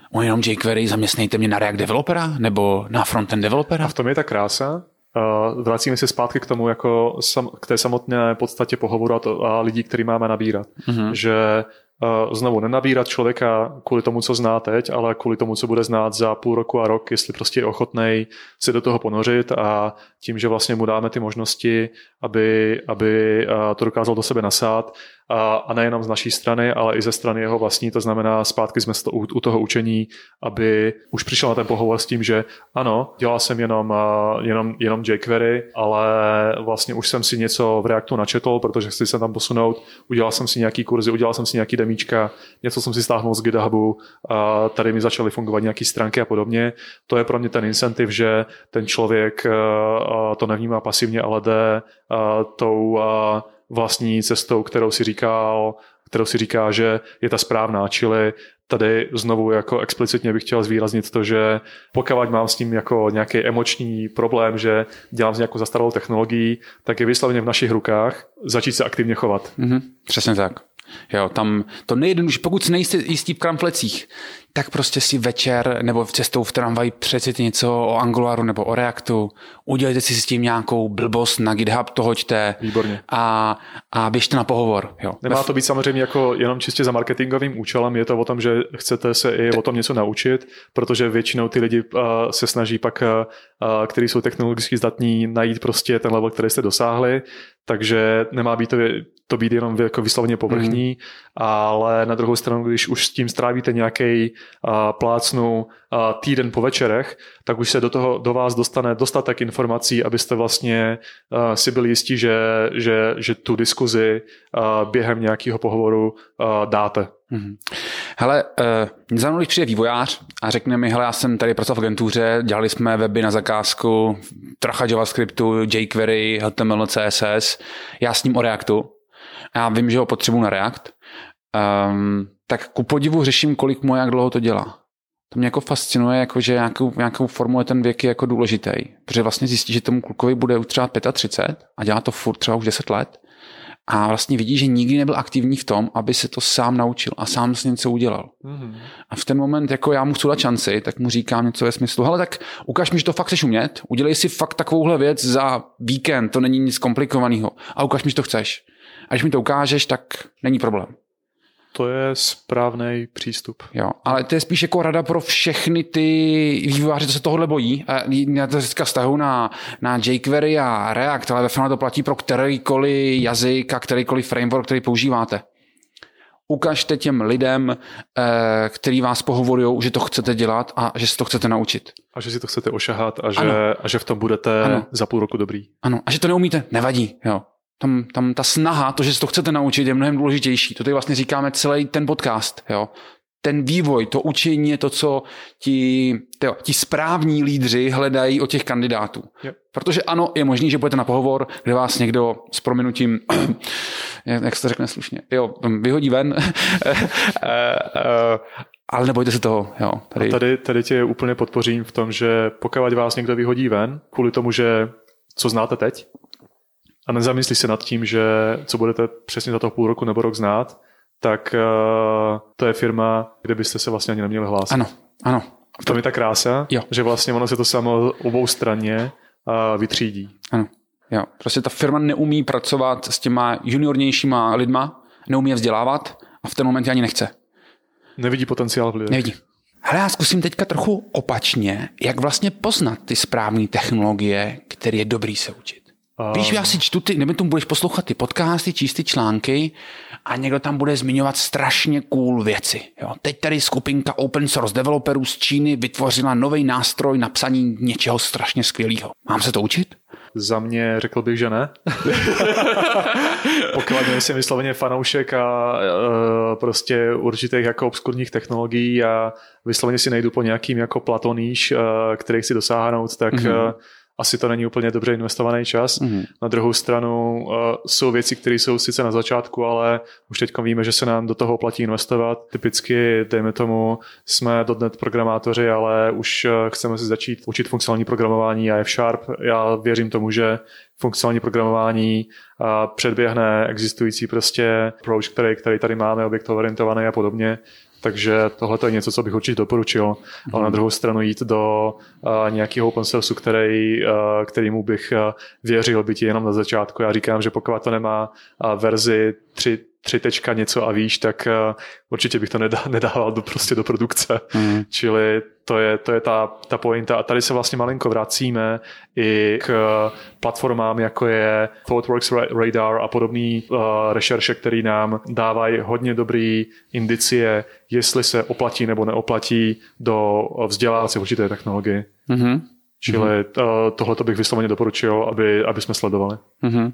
on jenom jQuery, zaměstnejte mě na React developera nebo na frontend developera. A v tom je ta krása. Uh, vracíme se zpátky k tomu, jako sam, k té samotné podstatě pohovoru a, to, a lidí, který máme nabírat. Mm-hmm. Že uh, znovu nenabírat člověka kvůli tomu, co zná teď, ale kvůli tomu, co bude znát za půl roku a rok, jestli prostě je ochotnej se do toho ponořit a tím, že vlastně mu dáme ty možnosti, aby, aby uh, to dokázal do sebe nasát. A, a nejenom z naší strany, ale i ze strany jeho vlastní, to znamená zpátky jsme u, u toho učení, aby už přišel na ten pohovor s tím, že ano, dělal jsem jenom, jenom, jenom jQuery, ale vlastně už jsem si něco v Reactu načetl, protože chci se tam posunout, udělal jsem si nějaký kurzy, udělal jsem si nějaký demíčka, něco jsem si stáhnul z GitHubu, a tady mi začaly fungovat nějaké stránky a podobně. To je pro mě ten incentiv, že ten člověk to nevnímá pasivně, ale jde tou vlastní cestou, kterou si říkal, kterou si říká, že je ta správná, čili tady znovu jako explicitně bych chtěl zvýraznit to, že pokud mám s tím jako nějaký emoční problém, že dělám s nějakou zastaralou technologií, tak je vysloveně v našich rukách začít se aktivně chovat. Mm-hmm, přesně tak. Jo, tam to nejjednodušší, pokud si nejste jistí v kramflecích, tak prostě si večer nebo v cestou v tramvaji přečtěte něco o Angularu nebo o Reactu, udělejte si s tím nějakou blbost na GitHub, to hoďte. Výborně. A, a běžte na pohovor. Jo. Nemá to být samozřejmě jako jenom čistě za marketingovým účelem, je to o tom, že chcete se i o tom něco naučit, protože většinou ty lidi uh, se snaží pak, uh, kteří jsou technologicky zdatní, najít prostě ten level, který jste dosáhli, takže nemá být to, to být jenom jako vysloveně povrchní, mm. ale na druhou stranu, když už s tím strávíte nějaký uh, plácnu uh, týden po večerech, tak už se do toho do vás dostane dostatek informací, abyste vlastně uh, si byli jistí, že, že, že tu diskuzi uh, během nějakého pohovoru uh, dáte. Mm-hmm. Hele, uh, za mnou, když přijde vývojář a řekne mi, hele, já jsem tady pracoval v agentuře, dělali jsme weby na zakázku, trocha JavaScriptu, jQuery, H T M L, C S S, já s ním o Reactu, já vím, že ho potřebuji na React, um, tak ku podivu řeším, kolik mu jak dlouho to dělá. To mě jako fascinuje, jako, že nějakou, nějakou formu je ten věk je jako důležitý, protože vlastně zjistí, že tomu klukovi bude už třeba třicet pět a dělá to furt třeba už deset let a vlastně vidí, že nikdy nebyl aktivní v tom, aby se to sám naučil a sám s něco udělal. Mm-hmm. A v ten moment, jako já mu chci dát šanci, tak mu říkám něco ve smyslu, hele, tak ukaž mi, že to fakt chceš umět, udělej si fakt takovouhle věc za víkend, to není nic komplikovaného a ukaž mi, že to chceš. A když mi to ukážeš, tak není problém. To je správný přístup. Jo, ale to je spíš jako rada pro všechny ty vývojáře, co se tohohle bojí. Já to dneska vztahu na, na jQuery a React, ale ve finále to platí pro kterýkoliv jazyk a kterýkoliv framework, který používáte. Ukažte těm lidem, který vás pohovorujou, že to chcete dělat a že si to chcete naučit. A že si to chcete ošahat a že, a že v tom budete ano. za půl roku dobrý. Ano, a že to neumíte, nevadí. Jo. Tam, tam ta snaha, to, že si to chcete naučit, je mnohem důležitější. To tady vlastně říkáme celý ten podcast. Jo. Ten vývoj, to učení je to, co ti, tyjo, ti správní lídři hledají od těch kandidátů. Yep. Protože ano, je možný, že budete na pohovor, kde vás někdo s prominutím, jak se to řekne slušně, jo, vyhodí ven, ale nebojte se toho. Jo, tady. A tady, tady tě úplně podpořím v tom, že pokud vás někdo vyhodí ven, kvůli tomu, že co znáte teď, a nezamyslí se nad tím, že co budete přesně za toho půl roku nebo rok znát, tak uh, to je firma, kde byste se vlastně ani neměli hlásit. Ano, ano. V tom je ta krása, jo. Že vlastně ono se to samo obou straně uh, vytřídí. Ano, jo. Prostě ta firma neumí pracovat s těma juniornějšíma lidma, neumí je vzdělávat a v ten moment ani nechce. Nevidí potenciál v lidech. Nevidí. Hele, já zkusím teďka trochu opačně, jak vlastně poznat ty správné technologie, které je dobrý se učit. Víš, já si čtu ty, nebo tomu budeš poslouchat ty podcasty, číst ty články a někdo tam bude zmiňovat strašně cool věci. Jo. Teď tady skupinka open source developerů z Číny vytvořila nový nástroj na psaní něčeho strašně skvělého. Mám se to učit? Za mě řekl bych, že ne. Pokud nejsem vysloveně fanoušek a uh, prostě určitých jako obskurních technologií a vysloveně si nejdu po nějakým jako platoníž, uh, který chci dosáhnout, tak mm-hmm. uh, asi to není úplně dobře investovaný čas. Mm-hmm. Na druhou stranu uh, jsou věci, které jsou sice na začátku, ale už teď víme, že se nám do toho platí investovat. Typicky, dejme tomu, jsme dotnet programátoři, ale už uh, chceme si začít učit funkcionální programování a F Sharp. Já věřím tomu, že funkcionální programování uh, předběhne existující prostě approach, který, který tady máme, objektovo orientovaný a podobně. Takže tohle je něco, co bych určitě doporučil. Mm-hmm. Ale na druhou stranu jít do uh, nějakého open source, který, uh, kterýmu bych uh, věřil, byť jenom na začátku. Já říkám, že pokud to nemá uh, verzi tři tři tečka něco a výš, tak uh, určitě bych to nedá, nedával do, prostě do produkce. Mm. Čili to je, to je ta, ta pointa. A tady se vlastně malinko vracíme i k uh, platformám, jako je ThoughtWorks Radar a podobný uh, rešerše, který nám dávají hodně dobrý indicie, jestli se oplatí nebo neoplatí do vzdělávací určité technologie. Mm-hmm. Čili uh, tohleto bych vysloveně doporučil, aby, aby jsme sledovali. Mm-hmm.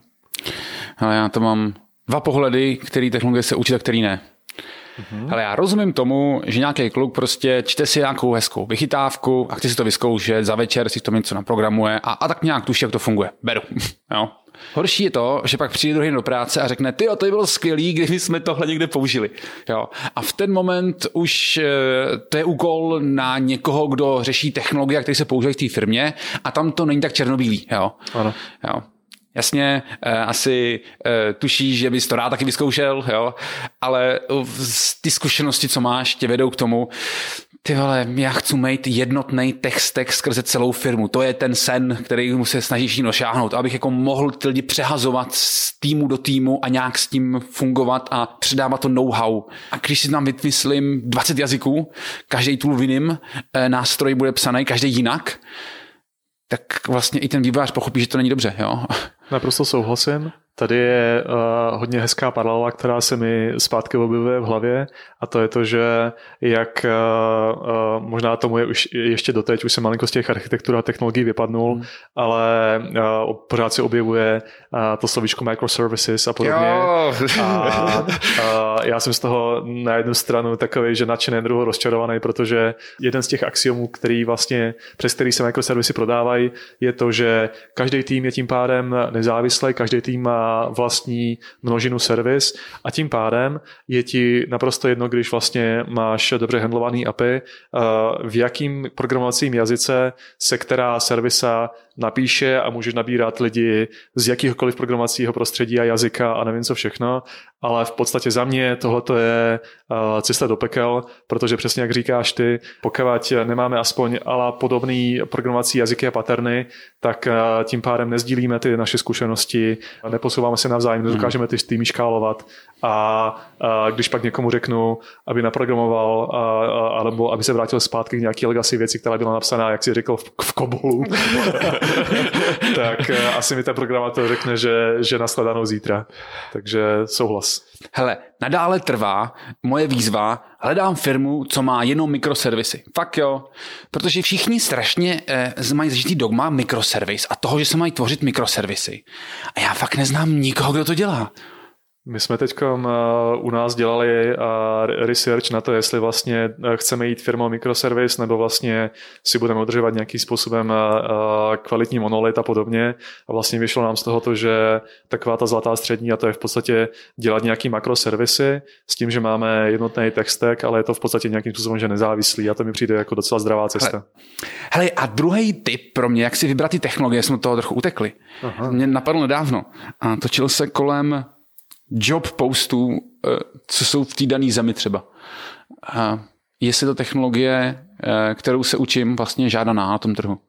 Ale já to mám dva pohledy, který technologie se učí a který ne. Mm-hmm. Hele, já rozumím tomu, že nějaký kluk prostě čte si nějakou hezkou vychytávku a chce si to vyzkoušet, za večer si to něco naprogramuje a, a tak nějak tuší, jak to funguje. Beru. Jo. Horší je to, že pak přijde druhý den do práce a řekne, tyjo, to by bylo skvělý, kdyby jsme tohle někde použili. Jo. A v ten moment už to je úkol na někoho, kdo řeší technologie, které se používají v té firmě a tam to není tak černobílý. Jo. Ano. Jo. Jasně, asi tušíš, že bys to rád taky vyzkoušel, jo? Ale ty zkušenosti, co máš, tě vedou k tomu, ty vole, já chci mít jednotný tech stack skrze celou firmu. To je ten sen, který mu se snažíš jí došáhnout, abych jako mohl ty lidi přehazovat z týmu do týmu a nějak s tím fungovat a předávat to know-how. A když si tam vymyslím dvacet jazyků, každý tool jiným, nástroj bude psaný, každý jinak, tak vlastně i ten vývojář pochopí, že to není dobře, jo? Naprosto souhlasím. Tady je uh, hodně hezká paralela, která se mi zpátky objevuje v hlavě a to je to, že jak uh, uh, možná tomu je už ještě doteď, už jsem malinko z těch architektur a technologií vypadnul, hmm. ale uh, pořád se objevuje uh, to slovíčko microservices a podobně. Jo. A uh, já jsem z toho na jednu stranu takový, že nadšený, druhou rozčarovaný, protože jeden z těch axiomů, který vlastně, přes který se microservisy prodávají, je to, že každý tým je tím pádem nezávislý, každý tým má vlastní množinu servis a tím pádem je ti naprosto jedno, když vlastně máš dobře handlovaný A P I, v jakým programovacím jazyce se která servisa napíše a můžeš nabírat lidi z jakýhokoliv programovacího prostředí a jazyka a nevím co všechno, ale v podstatě za mě tohleto je cesta do pekel, protože přesně jak říkáš ty, pokud nemáme aspoň ala podobný programovací jazyky a paterny, tak tím pádem nezdílíme ty naše zkušenosti, neposouváme se navzájem, nedokážeme ty týmy škálovat a, a když pak někomu řeknu, aby naprogramoval a, a, alebo aby se vrátil zpátky k nějaký legacy věci, která byla napsaná, jak jsi řekl, v, v Kobolu, tak asi mi ten programátor řekne, že, že nashledanou zítra. Takže souhlas. Hele, nadále trvá moje výzva, hledám firmu, co má jenom mikroservisy. Fakt jo, protože všichni strašně eh, mají zažitý dogma mikroservis a toho, že se mají tvořit mikroservisy. A já fakt neznám nikoho, kdo to dělá. My jsme teď u nás dělali research na to, jestli vlastně chceme jít firmou mikroservis nebo vlastně si budeme udržovat nějakým způsobem kvalitní monolit a podobně. A vlastně vyšlo nám z toho to, že taková ta zlatá střední a to je v podstatě dělat nějaký makroservisy s tím, že máme jednotný tech stack, ale je to v podstatě nějakým způsobem, že nezávislý a to mi přijde jako docela zdravá cesta. Hele, hele a druhý tip pro mě, jak si vybrat ty technologie, jsme od toho trochu utekli. Aha. Mě napadlo nedávno a točil se kolem job postů, co jsou v té dané zemi třeba. A jestli to technologie, kterou se učím, vlastně žádaná na tom trhu.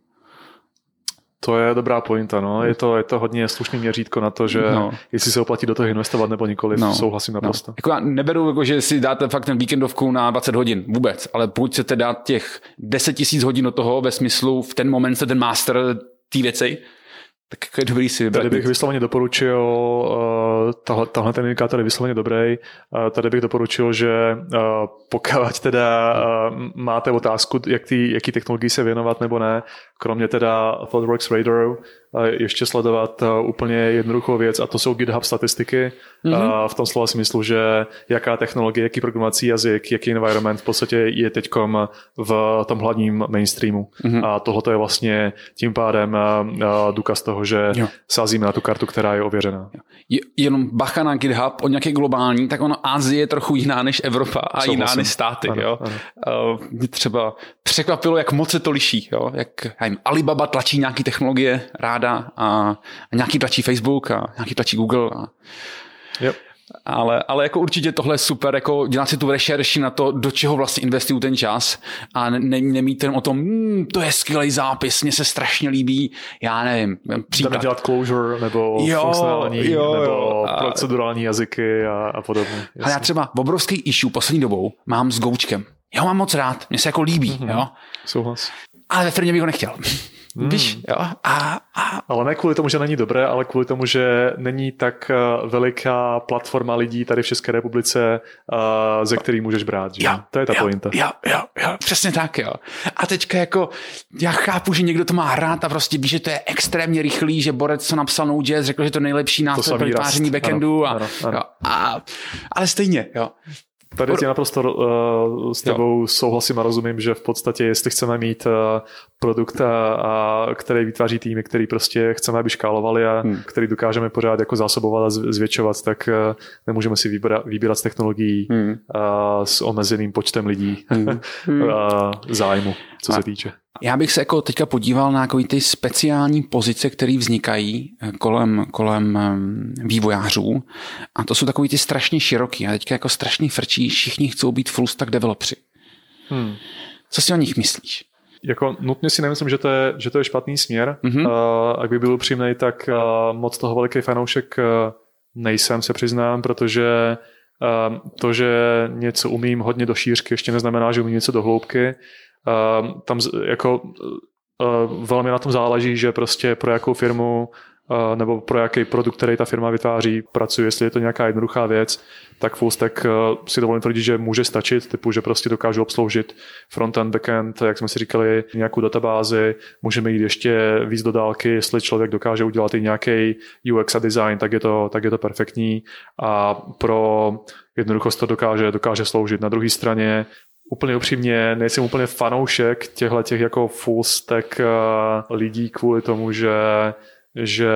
To je dobrá pointa, no. Je to, je to hodně slušný měřítko na to, že no. jestli se oplatí do toho investovat nebo nikoliv, no. souhlasím naprosto. No. Jako já neberu, jako, že si dáte fakt ten víkendovku na dvacet hodin, vůbec, ale pokud chcete dát těch deset tisíc hodin do toho ve smyslu v ten moment se ten master té věci, tak je dobrý si vybrat. Tady bych vysloveně doporučil, uh, tahle, tahle ten indikátor je vysloveně dobrý, uh, tady bych doporučil, že uh, pokud teda uh, máte otázku, jak tý, jaký technologii se věnovat nebo ne, kromě teda ThoughtWorks Radar, uh, ještě sledovat uh, úplně jednoduchou věc a to jsou GitHub statistiky. Mm-hmm. Uh, v tom slova smyslu, že jaká technologie, jaký programovací jazyk, jaký environment v podstatě je teďkom v tom hlavním mainstreamu. Mm-hmm. A tohle je vlastně tím pádem uh, důkaz toho, že jo. sázíme na tu kartu, která je ověřená. Je, jenom bacha na GitHub, on nějaký globální, tak ono Asie je trochu jiná než Evropa a Souhlasím. jiná než státy. Ano, jo? Ano. Uh, mě třeba překvapilo, jak moc se to liší. Jo? Jak jim, Alibaba tlačí nějaký technologie ráda a, a nějaký tlačí Facebook a nějaký tlačí Google. A... Yep. Ale, ale jako určitě tohle je super, jako dělat si tu rešerši na to, do čeho vlastně investuju ten čas a ne, nemít ten o tom, hm, to je skvělý zápis, mně se strašně líbí, já nevím, příklad. Dáme dělat closure nebo jo, funkcionální jo, nebo jo. procedurální jazyky a, a podobně. Ale já třeba obrovský issue poslední dobou mám s goučkem. Já ho mám moc rád, mně se jako líbí, mm-hmm. jo. Souhlas. Ale ve firmě bych ho nechtěl. Hmm. Víš, jo? A, a... Ale ne kvůli tomu, že není dobré, ale kvůli tomu, že není tak veliká platforma lidí tady v České republice, ze který můžeš brát. Že? Jo, to je ta jo, pointa. Jo, jo, jo, přesně tak, jo. A teďka jako, já chápu, že někdo to má rád a prostě ví, že to je extrémně rychlý, že borec, co napsal Node.js, řekl, že to je nejlepší nástroj pro vytváření backendu. Ano, a, ano, ano. Jo, a, ale stejně, jo. Tady tě naprosto uh, s tebou jo. souhlasím a rozumím, že v podstatě, jestli chceme mít uh, produkt, a, který vytváří týmy, který prostě chceme, aby škálovali a hmm. který dokážeme pořád jako zásobovat a zvětšovat, tak uh, nemůžeme si vybrat, vybírat z technologií hmm. uh, s omezeným počtem lidí hmm. uh, zájmu, co a. se týče. Já bych se jako teďka podíval na jako ty speciální pozice, které vznikají kolem, kolem vývojářů a to jsou takový ty strašně široký a teďka jako strašně frčí, všichni chcou být full stack developři. Hmm. Co si o nich myslíš? Jako nutně si nemyslím, že to je, že to je špatný směr. Mm-hmm. Uh, jak by byl upřímnej, tak uh, moc toho veliký fanoušek uh, nejsem, se přiznám, protože uh, to, že něco umím hodně do šířky, ještě neznamená, že umím něco do hloubky. Uh, tam jako uh, velmi na tom záleží, že prostě pro jakou firmu uh, nebo pro jaký produkt, který ta firma vytváří, pracuje, jestli je to nějaká jednoduchá věc, tak full stack uh, si dovolím tvrdit, že může stačit, typu, že prostě dokážu obsloužit frontend, backend, jak jsme si říkali, nějakou databázi, můžeme jít ještě víc do dálky, jestli člověk dokáže udělat i nějaký U X a design, tak je to, tak je to perfektní a pro jednoduchost to dokáže, dokáže sloužit. Na druhé straně úplně upřímně nejsem úplně fanoušek těchto těch jako full stack uh, lidí kvůli tomu, že že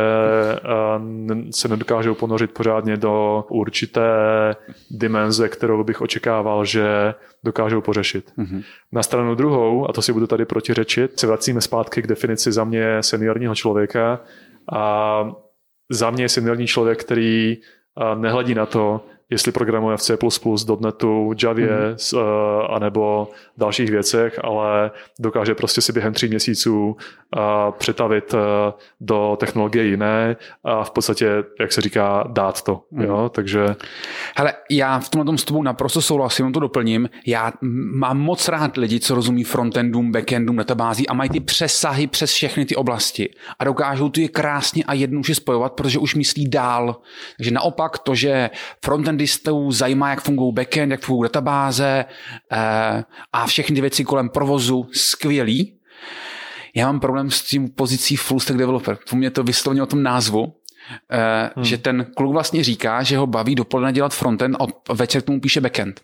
uh, se nedokážou ponořit pořádně do určité dimenze, kterou bych očekával, že dokážou pořešit. Mm-hmm. Na stranu druhou, a to si budu tady protiřečit, se vracíme zpátky k definici za mě seniorního člověka a za mě seniorní člověk, který uh, nehledí na to, jestli programuje v C plus plus, .NETu, Javě mm-hmm. uh, anebo dalších věcech, ale dokáže prostě si během tří měsíců uh, přetavit uh, do technologie jiné a v podstatě, jak se říká, dát to. Mm-hmm. Jo? Takže... Hele, já v tomhle tom s tobou naprosto souhlasím, to doplním. Já mám moc rád lidi, co rozumí frontendům, backendům, databází a mají ty přesahy přes všechny ty oblasti a dokážou tu je krásně a jednoduše spojovat, protože už myslí dál. Takže naopak to, že frontend zajímá, jak fungují backend, jak fungují databáze eh, a všechny ty věci kolem provozu, skvělý. Já mám problém s tím pozicí full stack developer. U mě to vyslovně o tom názvu, eh, hmm. že ten kluk vlastně říká, že ho baví dopoledne dělat frontend a večer k tomu píše backend.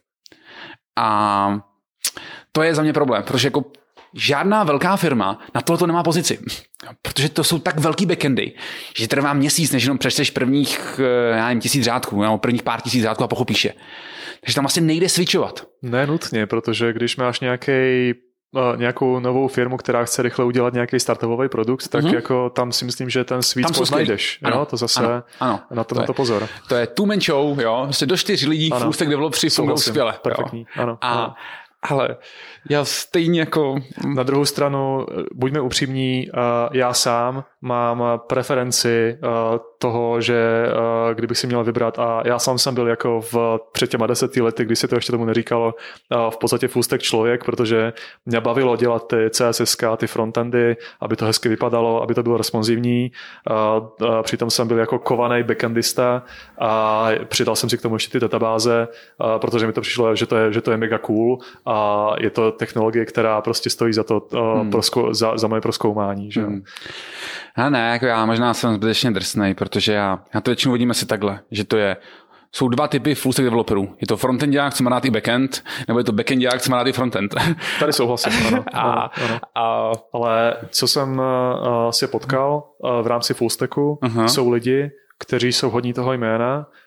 A to je za mě problém, protože jako žádná velká firma na tohle nemá pozici, protože to jsou tak velký backendy, že trvá měsíc, než jenom přečteš prvních, já nevím, tisíc řádků, nebo prvních pár tisíc řádků a pochopíš je. Takže tam vlastně nejde switchovat. Ne nutně, protože když máš nějaký nějakou novou firmu, která chce rychle udělat nějaký startupový produkt, tak mm-hmm. jako tam si myslím, že ten sweet spot najdeš. Ano, jo? To zase ano, ano. Na, to, to na to je, pozor. To je two-man show, jo? Vlastně do čtyř lidí full stack developři fungují skvěle. Perfektní, ano. A ano. Ale já stejně jako... Na druhou stranu, buďme upřímní, já sám mám preferenci toho, že kdybych si měl vybrat, a já sám jsem byl jako v před těma deseti lety, kdy se to ještě tomu neříkalo, v podstatě full stack člověk, protože mě bavilo dělat ty C S S K, ty frontendy, aby to hezky vypadalo, aby to bylo responsivní. Přitom jsem byl jako kovaný backendista a přidal jsem si k tomu ještě ty databáze, protože mi to přišlo, že to je, že to je mega cool a je to technologie, která prostě stojí za to, hmm. prosko, za, za moje prozkoumání. Že? Hmm. A ne, jako já možná jsem zbytečně drsnej, protože já, já to většinou vidím asi takhle, že to je, jsou dva typy full stack developerů. Je to frontendák, co má rád i backend, nebo je to backendák, co má rád i frontend. Tady souhlasím, ano. A, ano, ano. A... Ale co jsem uh, si potkal uh, v rámci full stacku, uh-huh. jsou lidi, kteří jsou hodní toho jména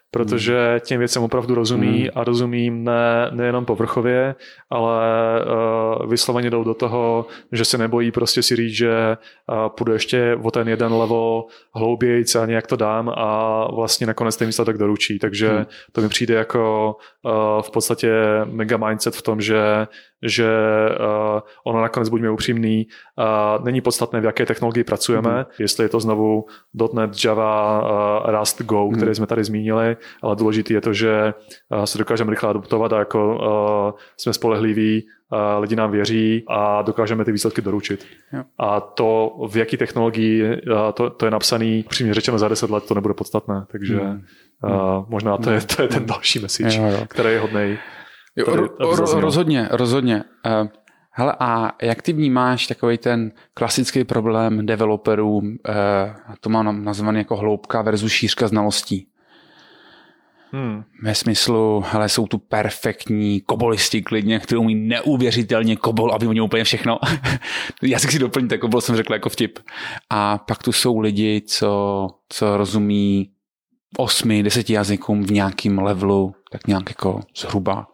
protože těm věcem opravdu rozumí hmm. a rozumím ne, nejenom povrchově, ale uh, vysloveně jdou do toho, že se nebojí prostě si říct, že uh, půjdu ještě o ten jeden level hloubějc a nějak to dám a vlastně nakonec ten výsledek doručí. Takže hmm. to mi přijde jako uh, v podstatě mega mindset v tom, že že uh, ono nakonec, buďme upřímný, uh, není podstatné, v jaké technologii pracujeme, mm. jestli je to znovu .NET, Java, uh, Rust, Go, mm. které jsme tady zmínili, ale důležité je to, že uh, se dokážeme rychle adaptovat a jako uh, jsme spolehliví, uh, lidi nám věří a dokážeme ty výsledky doručit. Jo. A to, v jaký technologii uh, to, to je napsaný, přímě řečeno za deset let, to nebude podstatné, takže mm. uh, možná to je, to je ten další message, jo, jo. který je hodnej. Jo, ro, ro, rozhodně, rozhodně. Uh, hele, a jak ty vnímáš takový ten klasický problém developerů, uh, to mám nazvaný jako hloubka versus šířka znalostí. Hmm. Ve smyslu, hele, jsou tu perfektní kobolisti klidně, kteří umí neuvěřitelně kobol a vyumějí úplně všechno. Já si si doplňte, kobol jsem řekl jako vtip. A pak tu jsou lidi, co, co rozumí osmi, deseti jazykům v nějakým levelu, tak nějak jako zhruba.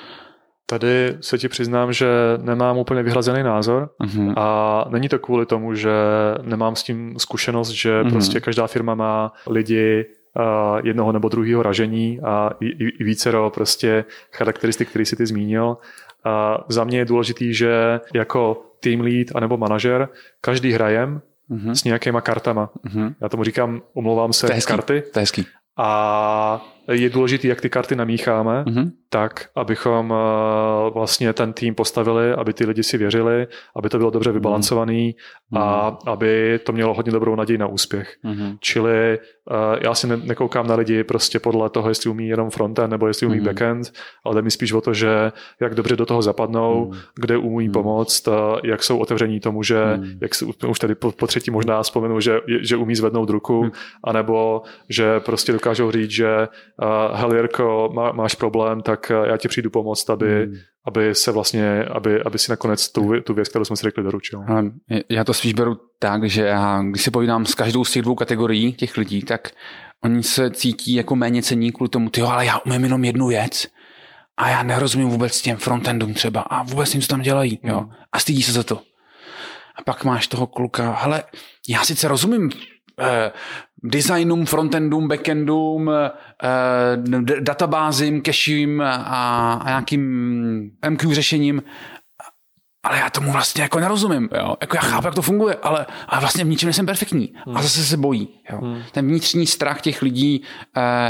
Tady se ti přiznám, že nemám úplně vyhlazený názor uh-huh. a není to kvůli tomu, že nemám s tím zkušenost, že uh-huh. prostě každá firma má lidi uh, jednoho nebo druhého ražení a i, i vícero prostě charakteristik, které si ty zmínil. A za mě je důležitý, že jako team lead anebo manažer každý hrajem uh-huh. s nějakýma kartama. Uh-huh. Já tomu říkám, omlouvám se, to je hezký, karty. To je hezký. A je důležité, jak ty karty namícháme, mm-hmm. tak, abychom uh, vlastně ten tým postavili, aby ty lidi si věřili, aby to bylo dobře vybalancovaný mm-hmm. a aby to mělo hodně dobrou naději na úspěch. Mm-hmm. Čili uh, já si ne- nekoukám na lidi prostě podle toho, jestli umí jenom frontend nebo jestli umí mm-hmm. backend, ale jde mi spíš o to, že jak dobře do toho zapadnou, mm-hmm. kde umí mm-hmm. pomoct, uh, jak jsou otevření tomu, že mm-hmm. jak si už tady po, po třetí možná vzpomenu, že, že umí zvednout ruku, mm-hmm. anebo že prostě dokážou říct, že Uh, hel Jirko, má, máš problém, tak uh, já ti přijdu pomoct, aby, hmm. aby se vlastně, aby, aby si nakonec tu, tu věc, kterou jsme si řekli, doručil. Já to spíš beru tak, že já, když se povídám s každou z těch dvou kategorií těch lidí, tak oni se cítí jako méně cenní kvůli tomu, tyjo, ale já umím jenom jednu věc a já nerozumím vůbec těm frontendům třeba a vůbec nic tam dělají, jo, hmm. a stydí se za to. A pak máš toho kluka, hele, já sice rozumím Eh, designům, frontendům, backendům, eh, databázím, cachím a, a nějakým M Q řešením, ale já tomu vlastně jako nerozumím. Jo? Jako já chápu, jak to funguje, ale, ale vlastně v ničem nejsem perfektní. Hmm. A zase se bojí. Jo? Hmm. Ten vnitřní strach těch lidí eh,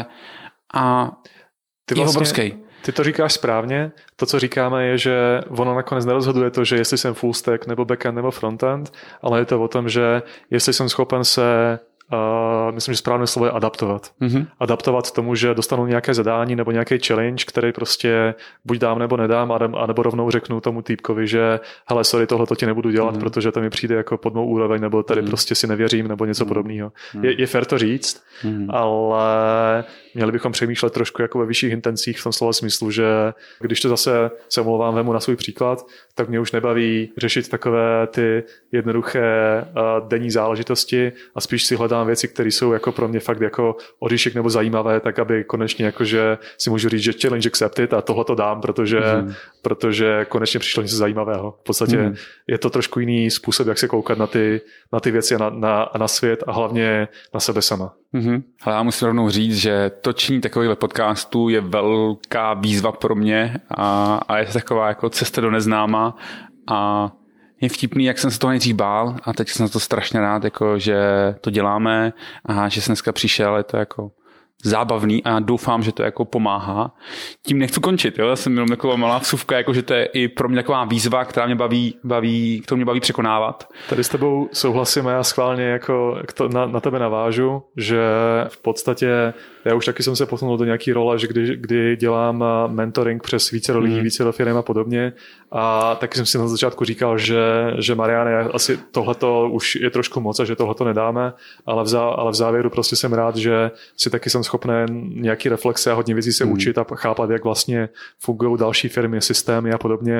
a ty je vlastně, obrovský. Ty to říkáš správně. To, co říkáme, je, že ono nakonec nerozhoduje to, že jestli jsem full stack nebo backend nebo frontend, ale je to o tom, že jestli jsem schopen se Uh, myslím, že správné slovo je adaptovat. Mm-hmm. Adaptovat tomu, že dostanu nějaké zadání nebo nějaký challenge, který prostě buď dám nebo nedám, a nebo rovnou řeknu tomu týpkovi, že hele, sorry, tohle to ti nebudu dělat, mm-hmm. protože to mi přijde jako pod mou úroveň, nebo tady mm-hmm. prostě si nevěřím, nebo něco mm-hmm. podobného. Mm-hmm. Je, je fér to říct, mm-hmm. ale měli bychom přemýšlet trošku jako ve vyšších intencích v tom slova smyslu, že když to zase se omlouvám, vemu na svůj příklad, tak mě už nebaví řešit takové ty jednoduché uh, denní záležitosti a spíš si hledám věci, které jsou jako pro mě fakt jako oříšek nebo zajímavé, tak aby konečně jakože si můžu říct, že challenge accepted a tohle to dám, protože, mm. protože konečně přišlo něco zajímavého. V podstatě mm. je to trošku jiný způsob, jak se koukat na ty, na ty věci a na, na, na svět a hlavně na sebe sama. Mm-hmm. Ale já musím rovnou říct, že točení takovýchhle podcastů je velká výzva pro mě a, a je to taková jako cesta do neznáma a je vtipný, jak jsem se toho nejdřív bál a teď jsem na to strašně rád, jako, že to děláme a že jsem dneska přišel, je to jako zábavný a doufám, že to jako pomáhá. Tím nechci končit, jo? Já jsem jenom taková malá vsuvka, jako, že to je i pro mě taková výzva, která mě baví, baví, kterou mě baví překonávat. Tady s tebou souhlasím a já schválně jako na, na tebe navážu, že v podstatě já už taky jsem se posunul do nějaký role, že kdy, kdy dělám mentoring přes více lidí, mm. více firm a podobně a taky jsem si na začátku říkal, že, že Mariane, asi tohleto už je trošku moc a že tohleto nedáme, ale v, zá, ale v závěru prostě jsem rád, že si taky jsem schopný nějaký reflexe a hodně věcí se mm. učit a chápat, jak vlastně fungují další firmy, systémy a podobně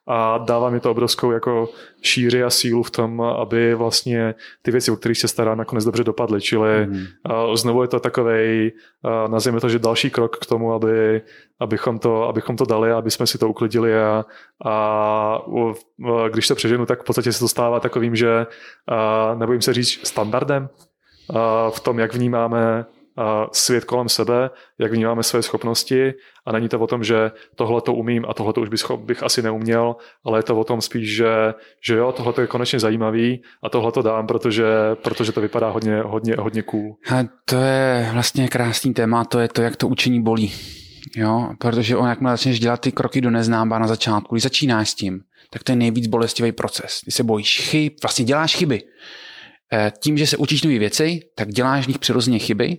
a dává mi to obrovskou jako šíři a sílu v tom, aby vlastně ty věci, o kterých se stará, nakonec dobře dopadly. Čili mm. znovu je to takovej, nazvěme to, že další krok k tomu, aby, abychom, to, abychom to dali, aby jsme si to uklidili a, a když se přeženu, tak v podstatě se to stává takovým, že nebojím se říct standardem v tom, jak vnímáme svět kolem sebe, jak vnímáme své schopnosti a není to o tom, že tohle to umím a tohle to už bych, bych asi neuměl, ale je to o tom spíš, že, že jo, tohle je konečně zajímavý a tohle to dám, protože, protože to vypadá hodně, hodně, hodně cool. A to je vlastně krásný téma, to je to, jak to učení bolí. Jo, protože on, jakmile začneš dělat ty kroky do neznáma na začátku, když začínáš s tím, tak to je nejvíc bolestivý proces. Ty se bojíš chyb, vlastně děláš chyby. Tím, že se učíš nové věci, tak děláš v nich přirozeně chyby.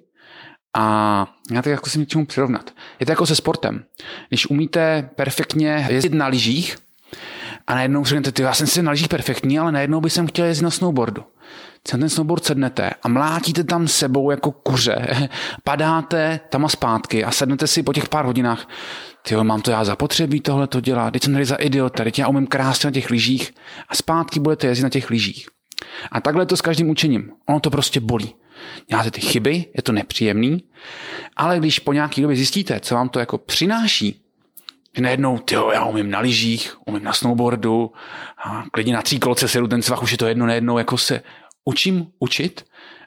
A já tak jako si něčemu přirovnat. Je to jako se sportem. Když umíte perfektně jezdit na lyžích a najednou řeknete, já jsem si na lyžích perfektní, ale najednou bych jsem chtěl jezdit na snowboardu. Na ten snowboard sednete a mlátíte tam sebou jako kuře, padáte tam a zpátky a sednete si po těch pár hodinách, tyjo, mám to já zapotřebí tohle to dělat, teď jsem tady za idiota, teď já umím krásně na těch lyžích a zpátky budete jezdit na těch lyžích. A takhle je to s každým učením. Ono to prostě bolí. Děláte ty chyby, je to nepříjemný, ale když po nějaký době zjistíte, co vám to jako přináší, že najednou, tyjo, já umím na lyžích, umím na snowboardu, a klidně na tříkolce sedu ten svah, už je to jedno nejednou, jako se učím učit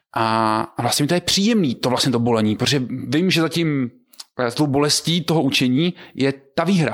a vlastně mi to je příjemný, to vlastně to bolení, protože vím, že zatím s tou bolestí toho učení je ta výhra.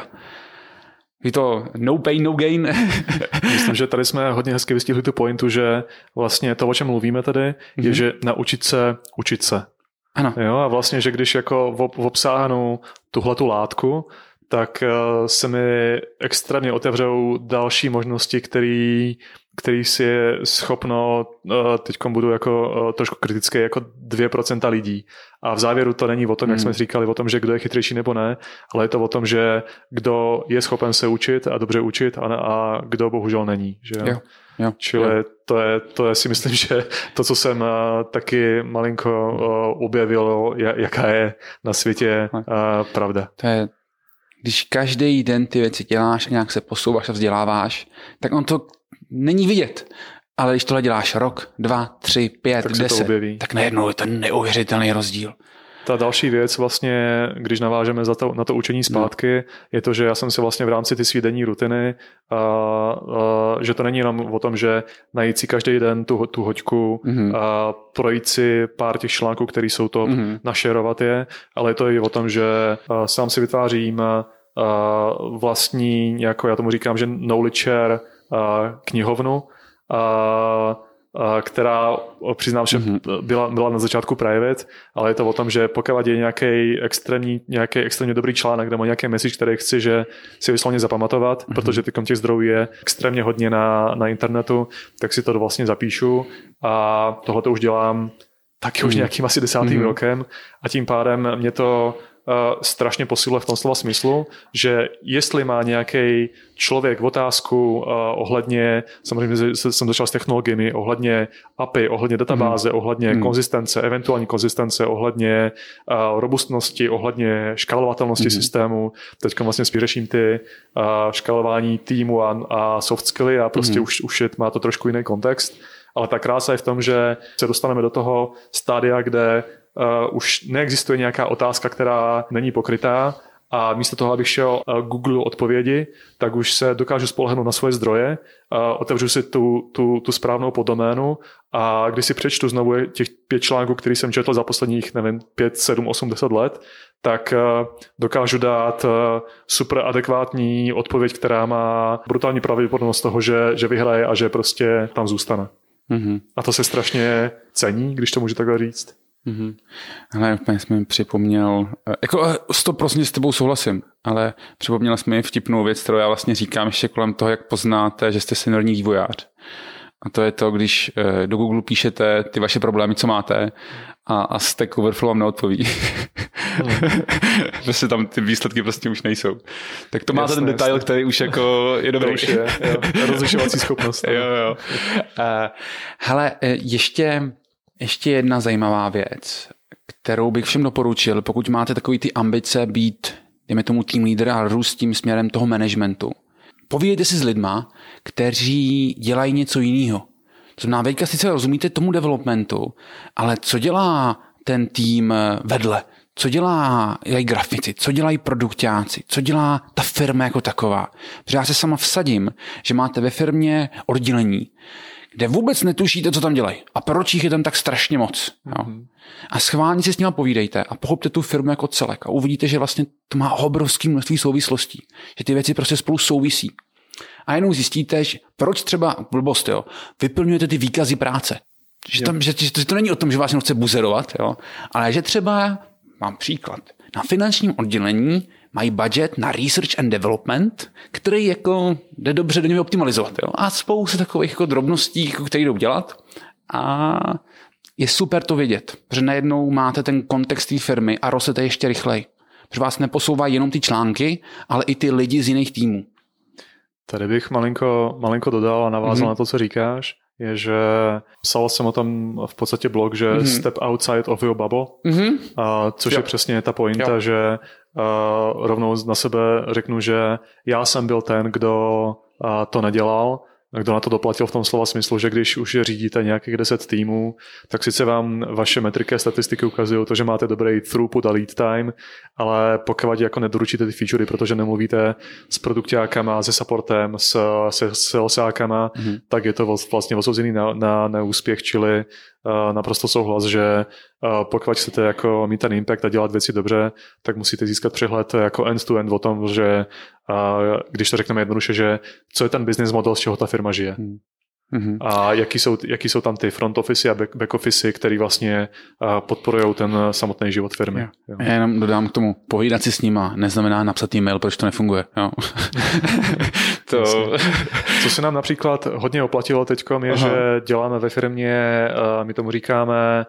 Je to no pain, no gain. Myslím, že tady jsme hodně hezky vystihli tu pointu, že vlastně to, o čem mluvíme tady, mm-hmm. je, že naučit se učit se. Ano. Jo, a vlastně, že když jako obsáhnu tuhletu látku, tak se mi extrémně otevřou další možnosti, který, který si je schopno, teďkom budu jako trošku kritický, jako dvě procenta lidí. A v závěru to není o tom, jak jsme říkali, o tom, že kdo je chytřejší nebo ne, ale je to o tom, že kdo je schopen se učit a dobře učit a, a kdo bohužel není. Že? Jo, jo, Čili jo. To, je, to je si myslím, že to, co jsem taky malinko objevil, jaká je na světě pravda. To je, když každý den ty věci děláš a nějak se posouváš a vzděláváš, tak on to není vidět. Ale když tohle děláš rok, dva, tři, pět, tak deset, tak najednou je to neuvěřitelný rozdíl. Ta další věc vlastně, když navážeme za to, na to učení zpátky, no. je to, že já jsem si vlastně v rámci ty svý denní rutiny, a, a, že to není jenom o tom, že najít si každý den tu, tu hoďku, mm-hmm. a projít si pár těch článků, které jsou top, mm-hmm. našerovat je, ale je to i o tom, že a, sám si vytvářím a, vlastní, jako já tomu říkám, že knowledge share a, knihovnu, a která, přiznám, že mm-hmm. byla, byla na začátku private, ale je to o tom, že pokud je nějaký extrémní, nějaký extrémně dobrý článek nebo nějaký message, který chci, že si vyslovně zapamatovat, mm-hmm. protože ty těch zdrojů je extrémně hodně na, na internetu, tak si to vlastně zapíšu a tohle to už dělám taky mm-hmm. už nějakým asi desátým mm-hmm. rokem a tím pádem mě to Uh, strašně posiluje v tom slova smyslu, že jestli má nějaký člověk otázku uh, ohledně, samozřejmě jsem začal s technologiemi, ohledně A P I, ohledně databáze, mm. ohledně mm. konzistence, eventuální konzistence, ohledně uh, robustnosti, ohledně škálovatelnosti mm. systému, teďka vlastně spíš řeším ty uh, škálování týmu a, a soft skilly a prostě mm. už, už je, má to trošku jiný kontext, ale ta krása je v tom, že se dostaneme do toho stádia, kde Uh, už neexistuje nějaká otázka, která není pokrytá a místo toho, abych šel uh, Google odpovědi, tak už se dokážu spolehnout na svoje zdroje, uh, otevřu si tu, tu, tu správnou poddoménu a když si přečtu znovu těch pět článků, který jsem četl za posledních, nevím, pět, sedm, osm, deset let, tak uh, dokážu dát uh, super adekvátní odpověď, která má brutální pravděpodobnost toho, že, že vyhraje a že prostě tam zůstane. Mm-hmm. A to se strašně cení, když to můžu takhle říct. Mm-hmm. Ale úplně jsi mi připomněl, jako sto procent s tebou souhlasím, ale připomněl jsi mi vtipnou věc, kterou já vlastně říkám ještě kolem toho, jak poznáte, že jste seniorní vývojář. A to je to, když do Google píšete ty vaše problémy, co máte a, a Stack Overflow vám neodpoví. Hmm. Prostě tam ty výsledky prostě už nejsou. Tak to má ten detail, jasně. Který už jako je dobrý. To už je, jo. Rozlišovací schopnost. jo, jo. Uh, hele, ještě... Ještě jedna zajímavá věc, kterou bych všem doporučil, pokud máte takový ty ambice být, dejme tomu tým leader a růst tím směrem toho managementu. povídejte si s lidma, kteří dělají něco jiného. To znamená, teďka sice rozumíte tomu developmentu, ale co dělá ten tým vedle? Co dělá, dělají grafici, co dělají produkťáci, co dělá ta firma jako taková. Protože já se sama vsadím, že máte ve firmě oddělení, kde vůbec netušíte, co tam dělají a proč jich je tam tak strašně moc. Jo. Mm-hmm. A schválně si s nimi povídejte a pochopte tu firmu jako celek a uvidíte, že vlastně to má obrovský množství souvislostí, že ty věci prostě spolu souvisí. A jenom zjistíte, že proč třeba, blbost, jo, vyplňujete ty výkazy práce. Že, tam, že, že to není o tom, že vás jenom chce buzerovat, jo, ale že třeba, mám příklad, na finančním oddělení mají budget na research and development, který jako jde dobře do něj optimalizovat. Jo? A spoustu takových jako drobností, které jdou dělat. A je super to vědět, protože najednou máte ten kontext té firmy a rostete ještě rychleji. Protože vás neposouvají jenom ty články, ale i ty lidi z jiných týmů. Tady bych malinko, malinko dodal a navázal mm-hmm. na to, co říkáš, je, že psal jsem o tom v podstatě blog, že mm-hmm. step outside of your bubble, mm-hmm. a, což jo. je přesně ta pointa, jo. že Uh, rovnou na sebe řeknu, že já jsem byl ten, kdo uh, to nedělal, kdo na to doplatil v tom slova smyslu, že když už řídíte nějakých deset týmů, tak sice vám vaše metriky a statistiky ukazují to, že máte dobrý throughput a lead time, ale pokud jako nedoručíte ty featurey, protože nemluvíte s produkťákama, se supportem, s, se salesákama, mm-hmm. tak je to vlastně osouzený na, na neúspěch, čili uh, naprosto souhlas, že uh, pokud chcete jako mít ten impact a dělat věci dobře, tak musíte získat přehled jako end to end o tom, že uh, když to řekneme jednoduše, že co je ten business model, z čeho ta firma žije. Mm. Mm-hmm. A jaký jsou, jaký jsou tam ty front office a back, back office, který vlastně uh, podporují ten samotný život firmy. Jo. Jo. Já jenom dodám k tomu, povídat si s nima neznamená napsat e-mail, proč to nefunguje. Jo. to... Co se nám například hodně oplatilo teďkom je, Aha. že děláme ve firmě, uh, my tomu říkáme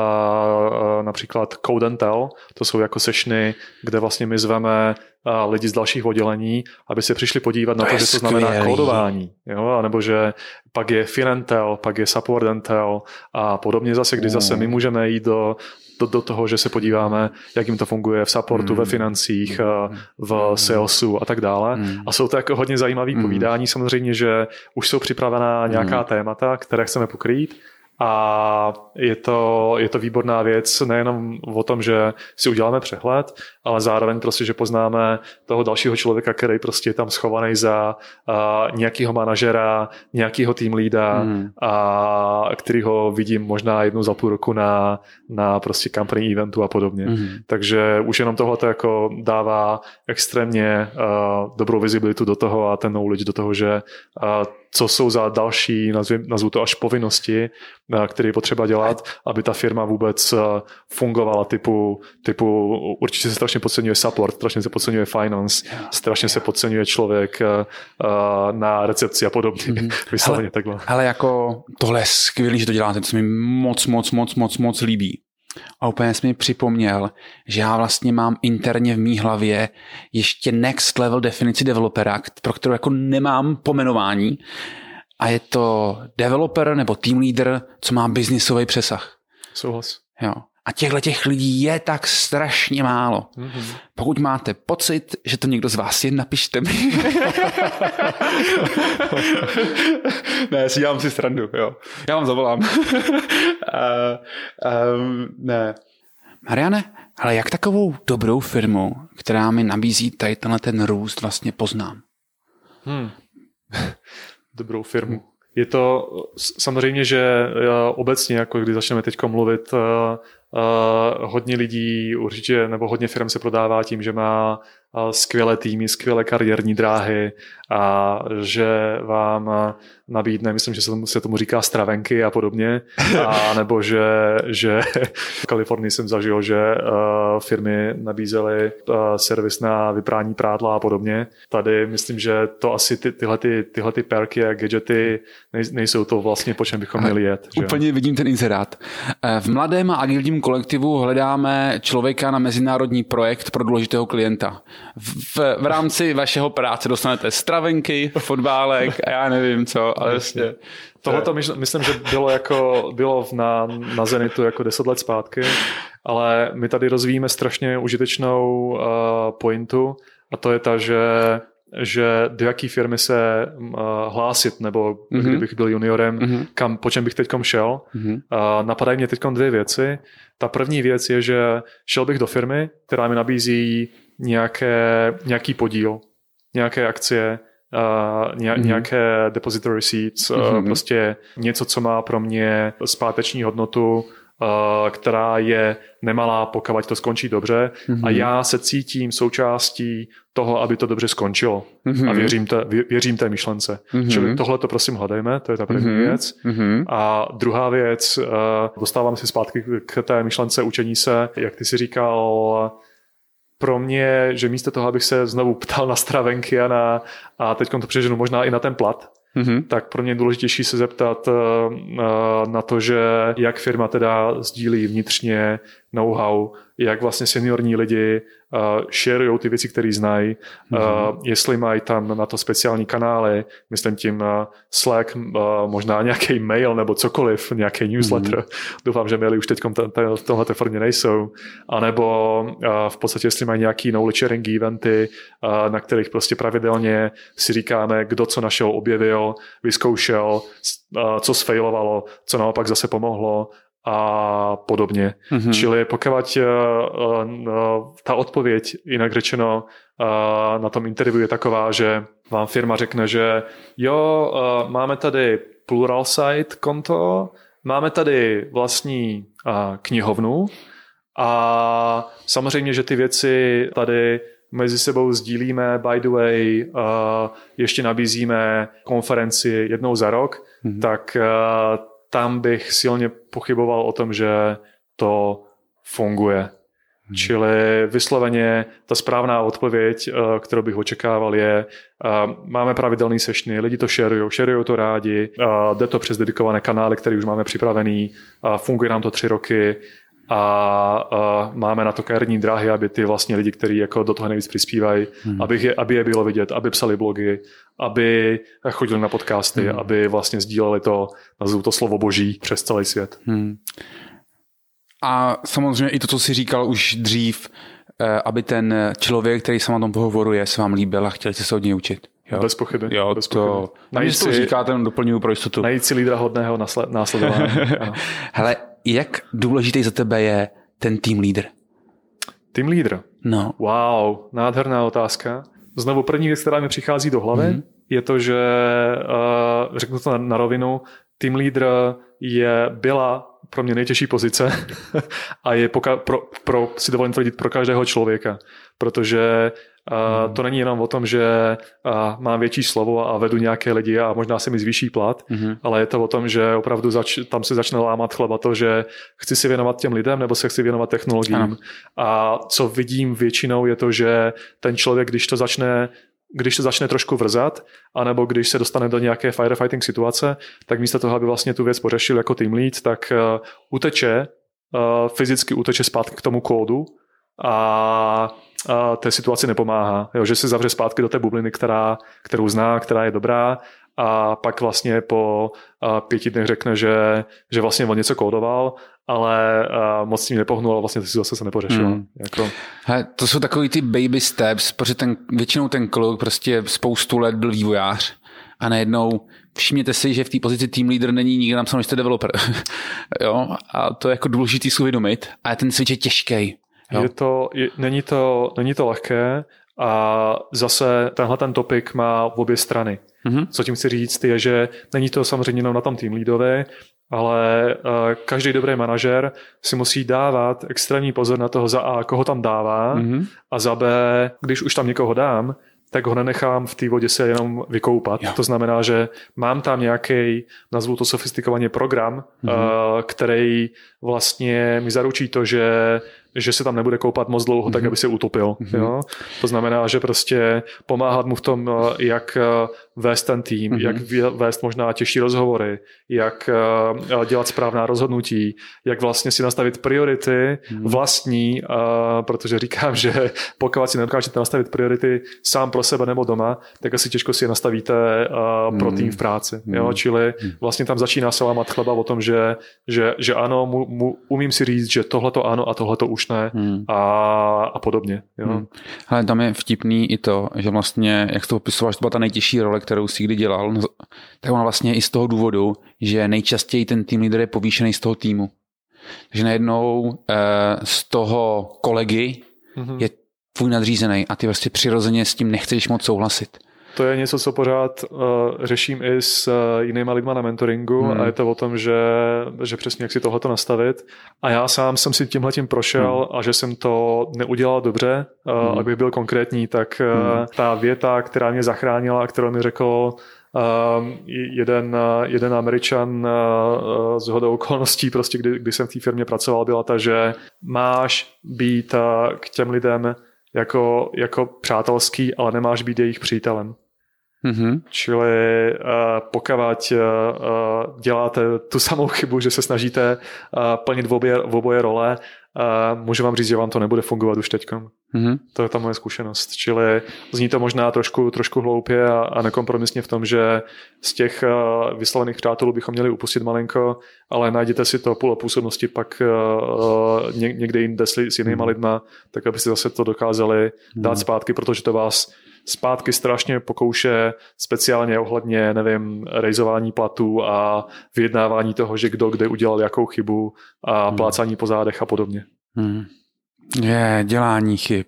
uh, uh, například Code and Tell, to jsou jako sessiony, kde vlastně my zveme uh, lidi z dalších oddělení, aby se přišli podívat to na to, že to znamená kódování. Jo? Nebo že pak je Finantel, pak je Support and Tell a podobně zase, kdy zase my můžeme jít do, do, do toho, že se podíváme, jak jim to funguje v supportu, mm. ve financích, v salesu a tak dále. Mm. A jsou to jako hodně zajímavé mm. povídání. Samozřejmě, že už jsou připravená nějaká mm. témata, které chceme pokrýt. A je to, je to výborná věc, nejenom o tom, že si uděláme přehled, ale zároveň prostě, že poznáme toho dalšího člověka, který prostě je tam schovaný za uh, nějakého manažera, nějakého team leada mm. a kterýho vidím možná jednou za půl roku na, na prostě company eventu a podobně. Mm. Takže už jenom tohle jako dává extrémně uh, dobrou vizibilitu do toho a ten knowledge do toho, že uh, co jsou za další, nazvu, nazvu to až povinnosti, které je potřeba dělat, aby ta firma vůbec fungovala typu, typu určitě se strašně podceňuje support, strašně se podceňuje finance, strašně se podceňuje člověk na recepci a podobně. Mm-hmm. Ale, takhle. ale jako tohle je skvělý, že to děláte, to se mi moc, moc, moc, moc, moc líbí. A úplně jsem mi připomněl, že já vlastně mám interně v mý hlavě ještě next level definici developera, pro kterou jako nemám pomenování. A je to developer nebo team leader, co má biznisový přesah. Souhlas. Jo. A těchto těch lidí je tak strašně málo. Mm-hmm. Pokud máte pocit, že to někdo z vás je, napište mi. Ne, si dělám si srandu, jo. Já vám zavolám. uh, um, ne. Mariane, ale jak takovou dobrou firmu, která mi nabízí tady tenhle ten růst, vlastně poznám? Hmm. Dobrou firmu. Je to samozřejmě, že obecně, jako když začneme teď mluvit, Uh, hodně lidí určitě, nebo hodně firm se prodává tím, že má uh, skvělé týmy, skvělé kariérní dráhy a že vám uh, nabídne, myslím, že se tomu, se tomu říká stravenky a podobně, a nebo že, že v Kalifornii jsem zažil, že uh, firmy nabízely uh, servis na vyprání prádla a podobně. Tady myslím, že to asi ty, tyhle, ty, tyhle ty perky a gadgety nej, nejsou to vlastně, po čem bychom měli jet. Že? Úplně vidím ten inzerát. V mladém a agilním kolektivu hledáme člověka na mezinárodní projekt pro důležitého klienta. V, v rámci vašeho práce dostanete stravenky, fotbálek a já nevím co, ale vlastně... Tohleto myslím, že bylo, jako, bylo na, na Zenitu jako deset let zpátky, ale my tady rozvíjíme strašně užitečnou uh, pointu a to je ta, že že do jaký firmy se uh, hlásit, nebo mm-hmm. kdybych byl juniorem, mm-hmm. kam, po čem bych teďkom šel. Mm-hmm. Uh, napadají mě teďkom dvě věci. Ta první věc je, že šel bych do firmy, která mi nabízí nějaké, nějaký podíl, nějaké akcie, uh, ně, mm-hmm. nějaké depository receipts, mm-hmm. uh, prostě něco, co má pro mě zpáteční hodnotu, Uh, která je nemalá, pokud to skončí dobře. Mm-hmm. A já se cítím součástí toho, aby to dobře skončilo. Mm-hmm. A věřím té, vě, věřím té myšlence. Mm-hmm. Čili tohle to prosím hledejme, to je ta první mm-hmm. věc. Mm-hmm. A druhá věc, uh, dostávám se zpátky k té myšlence učení se, jak ty si říkal, pro mě, že místo toho, abych se znovu ptal na stravenky a, na, a teď to přeženu možná i na ten plat, mm-hmm. tak pro mě je důležitější se zeptat uh, na to, že jak firma teda sdílí vnitřně know-how, jak vlastně seniorní lidi uh, sharujou ty věci, které znají, mm-hmm. uh, jestli mají tam na to speciální kanály, myslím tím uh, Slack, uh, možná nějaký mail nebo cokoliv, nějaký newsletter. Mm-hmm. Doufám, že maily už teď v tomhle formě nejsou. A nebo uh, v podstatě, jestli mají nějaký knowledge sharing eventy, uh, na kterých prostě pravidelně si říkáme, kdo co našel, objevil, vyzkoušel, uh, co sfailovalo, co naopak zase pomohlo a podobně. Mm-hmm. Čili pokud uh, uh, ta odpověď, jinak řečeno, uh, na tom interview je taková, že vám firma řekne, že jo, uh, máme tady Pluralsight konto, máme tady vlastní uh, knihovnu a samozřejmě, že ty věci tady mezi sebou sdílíme, by the way, uh, ještě nabízíme konferenci jednou za rok, mm-hmm. tak uh, tam bych silně pochyboval o tom, že to funguje. Hmm. Čili vysloveně ta správná odpověď, kterou bych očekával, je máme pravidelný sessiony, lidi to sharujou, sharujou to rádi, jde to přes dedikované kanály, které už máme připravený, funguje nám to tři roky a máme na to kariérní dráhy, aby ty vlastně lidi, kteří jako do toho nejvíc přispívají, hmm. aby, je, aby je bylo vidět, aby psali blogy, aby chodili na podcasty, hmm. aby vlastně sdíleli to, nazvu to slovo boží přes celý svět. Hmm. A samozřejmě i to, co jsi říkal už dřív, aby ten člověk, který se na tom pohovoru je, se vám líbil a chtěli jste se od něj učit. Jo? Bez pochyby. Jo, bez to, pochyby. Najít si, to říkáte, jenom doplňuju pro jistotu. Najít si lídra hodného následování. Hele, jak důležitý za tebe je ten team leader? Team leader? No. Wow, nádherná otázka. Znovu první věc, která mi přichází do hlavy, mm-hmm. je to, že uh, řeknu to na, na rovinu, team leader je, byla pro mě nejtěžší pozice a je poka- pro, pro, si dovolím tvrdit, pro každého člověka. Protože uh, to není jenom o tom, že uh, mám větší slovo a vedu nějaké lidi a možná se mi zvýší plat, mm-hmm. ale je to o tom, že opravdu zač- tam se začne lámat chleba to, že chci si věnovat těm lidem nebo se chci věnovat technologiím. Ano. A co vidím většinou je to, že ten člověk, když to začne když se začne trošku vrzat, anebo když se dostane do nějaké firefighting situace, tak místo toho, aby vlastně tu věc pořešil jako team lead, tak uh, uteče, uh, fyzicky uteče zpátky k tomu kódu a uh, té situaci nepomáhá. Jo, že se zavře zpátky do té bubliny, která, kterou zná, která je dobrá a pak vlastně po uh, pěti dnech řekne, že, že vlastně on něco kódoval, ale uh, moc s tím nepohnul a vlastně ty situace se nepořešila. Hmm. Jako... He, to jsou takový ty baby steps, protože ten, většinou ten kluk prostě spoustu let byl vývojář a najednou všimněte si, že v té pozici team leader není nikdo napsaný, že jste developer. Jo? A to je jako důležitý si uvědomit a ten switch je těžký. Je to, je, není, to, není to lehké a zase tenhle ten topik má v obě strany. Mm-hmm. Co tím chci říct je, že není to samozřejmě jenom na tom team leadovi, ale uh, každý dobrý manažer si musí dávat extrémní pozor na toho za A, koho tam dává mm-hmm. a za B, když už tam někoho dám, tak ho nenechám v té vodě se jenom vykoupat. Jo. To znamená, že mám tam nějaký, nazvu to sofistikovaně, program, mm-hmm. uh, který vlastně mi zaručí to, že že se tam nebude koupat moc dlouho, mm-hmm. tak aby se utopil. Mm-hmm. Jo? To znamená, že prostě pomáhat mu v tom, jak vést ten tým, mm-hmm. jak vést možná těžší rozhovory, jak uh, dělat správná rozhodnutí, jak vlastně si nastavit priority mm. vlastní, uh, protože říkám, že pokud si nedokážete nastavit priority sám pro sebe nebo doma, tak asi těžko si je nastavíte uh, pro tým v práci. Mm. Jo? Čili vlastně tam začíná se lámat chleba o tom, že, že, že ano, mu, mu, umím si říct, že tohleto ano a tohleto už ne mm. a, a podobně. Jo? Mm. Ale tam je vtipný i to, že vlastně, jak jsi to popisoval, že to byla ta nejtěžší role, kterou jsi kdy dělal, tak on vlastně i z toho důvodu, že nejčastěji ten tým líder je povýšený z toho týmu. Takže najednou eh, z toho kolegy mm-hmm. je tvůj nadřízený a ty vlastně přirozeně s tím nechceš moc souhlasit. To je něco, co pořád uh, řeším i s uh, jinýma lidma na mentoringu hmm. a je to o tom, že, že přesně jak si tohleto nastavit. A já sám jsem si tímhletím prošel hmm. a že jsem to neudělal dobře. Uh, hmm. Abych byl konkrétní, tak uh, hmm. ta věta, která mě zachránila a kterou mi řekl uh, jeden, uh, jeden Američan uh, z hodou okolností, prostě kdy, kdy jsem v té firmě pracoval, byla ta, že máš být uh, k těm lidem jako, jako přátelský, ale nemáš být jejich přítelem. Mm-hmm. Čili uh, pokud uh, uh, děláte tu samou chybu, že se snažíte uh, plnit v obě, v oboje role, uh, můžu vám říct, že vám to nebude fungovat už teďkom. Mm-hmm. To je ta moje zkušenost. Čili zní to možná trošku, trošku hloupě a, a nekompromisně v tom, že z těch uh, vyslovených přátelů bychom měli upustit malinko, ale najděte si to půl působnosti pak uh, ně, někde jinde s, s jinýma mm-hmm. lidma, tak abyste zase to dokázali mm-hmm. dát zpátky, protože to vás zpátky strašně pokouše, speciálně ohledně, nevím, rejzování platů a vyjednávání toho, že kdo kde udělal jakou chybu a hmm. plácání po zádech a podobně. Hmm. Je, dělání chyb.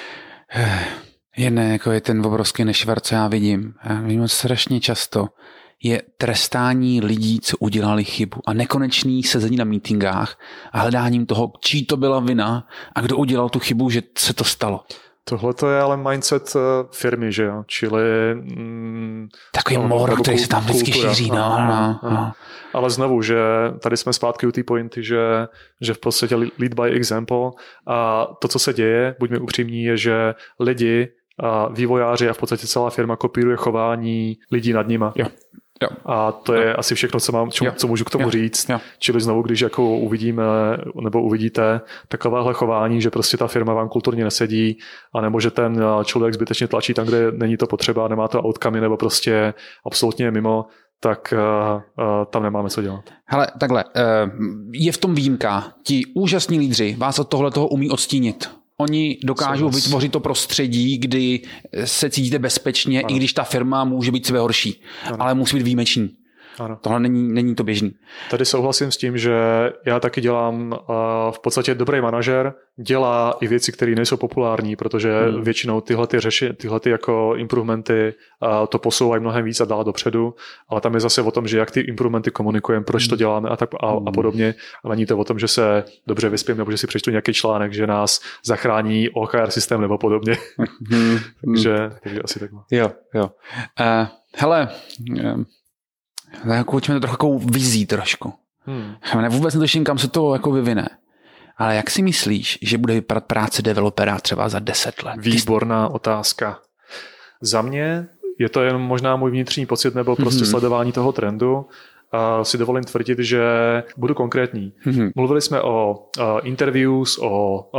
Jedné, jako je ten obrovský nešvar, co já vidím. Já vidím strašně často. Je trestání lidí, co udělali chybu a nekonečný sezení na meetingách a hledáním toho, čí to byla vina a kdo udělal tu chybu, že se to stalo. Tohle to je ale mindset firmy, že jo? Čili... Mm, takový mor, který se tam vždycky šíří. No, no, no, no. Ale znovu, že tady jsme zpátky u té pointy, že, že v podstatě lead by example a to, co se děje, buďme upřímní, je, že lidi, a vývojáři a v podstatě celá firma kopíruje chování lidí nad nima. Jo. Jo. A to je jo. asi všechno, co, mám, čo, co můžu k tomu jo. říct. Jo. Čili znovu, když jako uvidíme nebo uvidíte takovéhle chování, že prostě ta firma vám kulturně nesedí a nebo že ten člověk zbytečně tlačí tam, kde není to potřeba, nemá to outcome nebo prostě absolutně mimo, tak uh, uh, tam nemáme co dělat. Hele, takhle, uh, je v tom výjimka. Ti úžasní lídři vás od tohle toho umí odstínit. Oni dokážou Souhlas. vytvořit to prostředí, kdy se cítíte bezpečně, ano. i když ta firma může být sebe horší, ano. ale musí být výjimeční. Ano. Tohle není, není to běžný. Tady souhlasím s tím, že já taky dělám uh, v podstatě dobrý manažer, dělá i věci, které nejsou populární, protože hmm. většinou tyhle, ty řeši, tyhle ty jako improvementy uh, to posouvají mnohem víc a dál dopředu, ale tam je zase o tom, že jak ty improvementy komunikujeme, proč hmm. to děláme a, tak, a, a podobně. A není to o tom, že se dobře vyspím nebo že si přečtu nějaký článek, že nás zachrání O K R systém nebo podobně. Hmm. takže, takže asi takhle. Jo, jo. Uh, hele... Um... Jako to trochu takovou vizí trošku. Hmm. Já vůbec netuším, kam se to jako vyvine. Ale jak si myslíš, že bude vypadat práce developera třeba za deset let? Výborná otázka. Za mě je to jen možná můj vnitřní pocit nebo prostě hmm. sledování toho trendu. A si dovolím tvrdit, že budu konkrétní. Hmm. Mluvili jsme o uh, interviews, o, uh,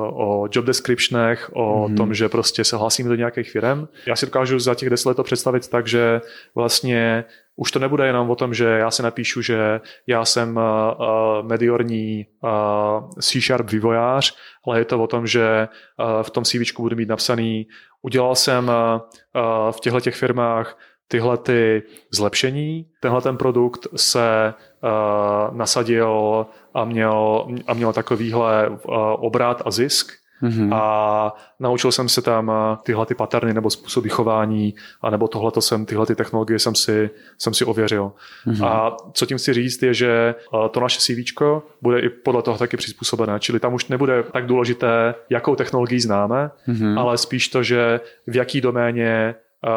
o job descriptionech, o hmm. tom, že prostě se hlásíme do nějakých firem. Já si dokážu za těch deset let to představit tak, že vlastně už to nebude jenom o tom, že já se napíšu, že já jsem uh, mediorní uh, C-sharp vývojář, ale je to o tom, že uh, v tom CVčku budu mít napsaný, udělal jsem uh, uh, v těchto těch firmách tyhle ty zlepšení, tenhle ten produkt se uh, nasadil a měl, a měl takovýhle uh, obrat a zisk. Mm-hmm. A naučil jsem se tam tyhle ty paterny nebo způsoby chování a nebo tohleto jsem, tyhle ty technologie jsem si, jsem si ověřil. Mm-hmm. A co tím chci říct je, že to naše CVčko bude i podle toho taky přizpůsobené. Čili tam už nebude tak důležité, jakou technologii známe, mm-hmm. ale spíš to, že v jaký doméně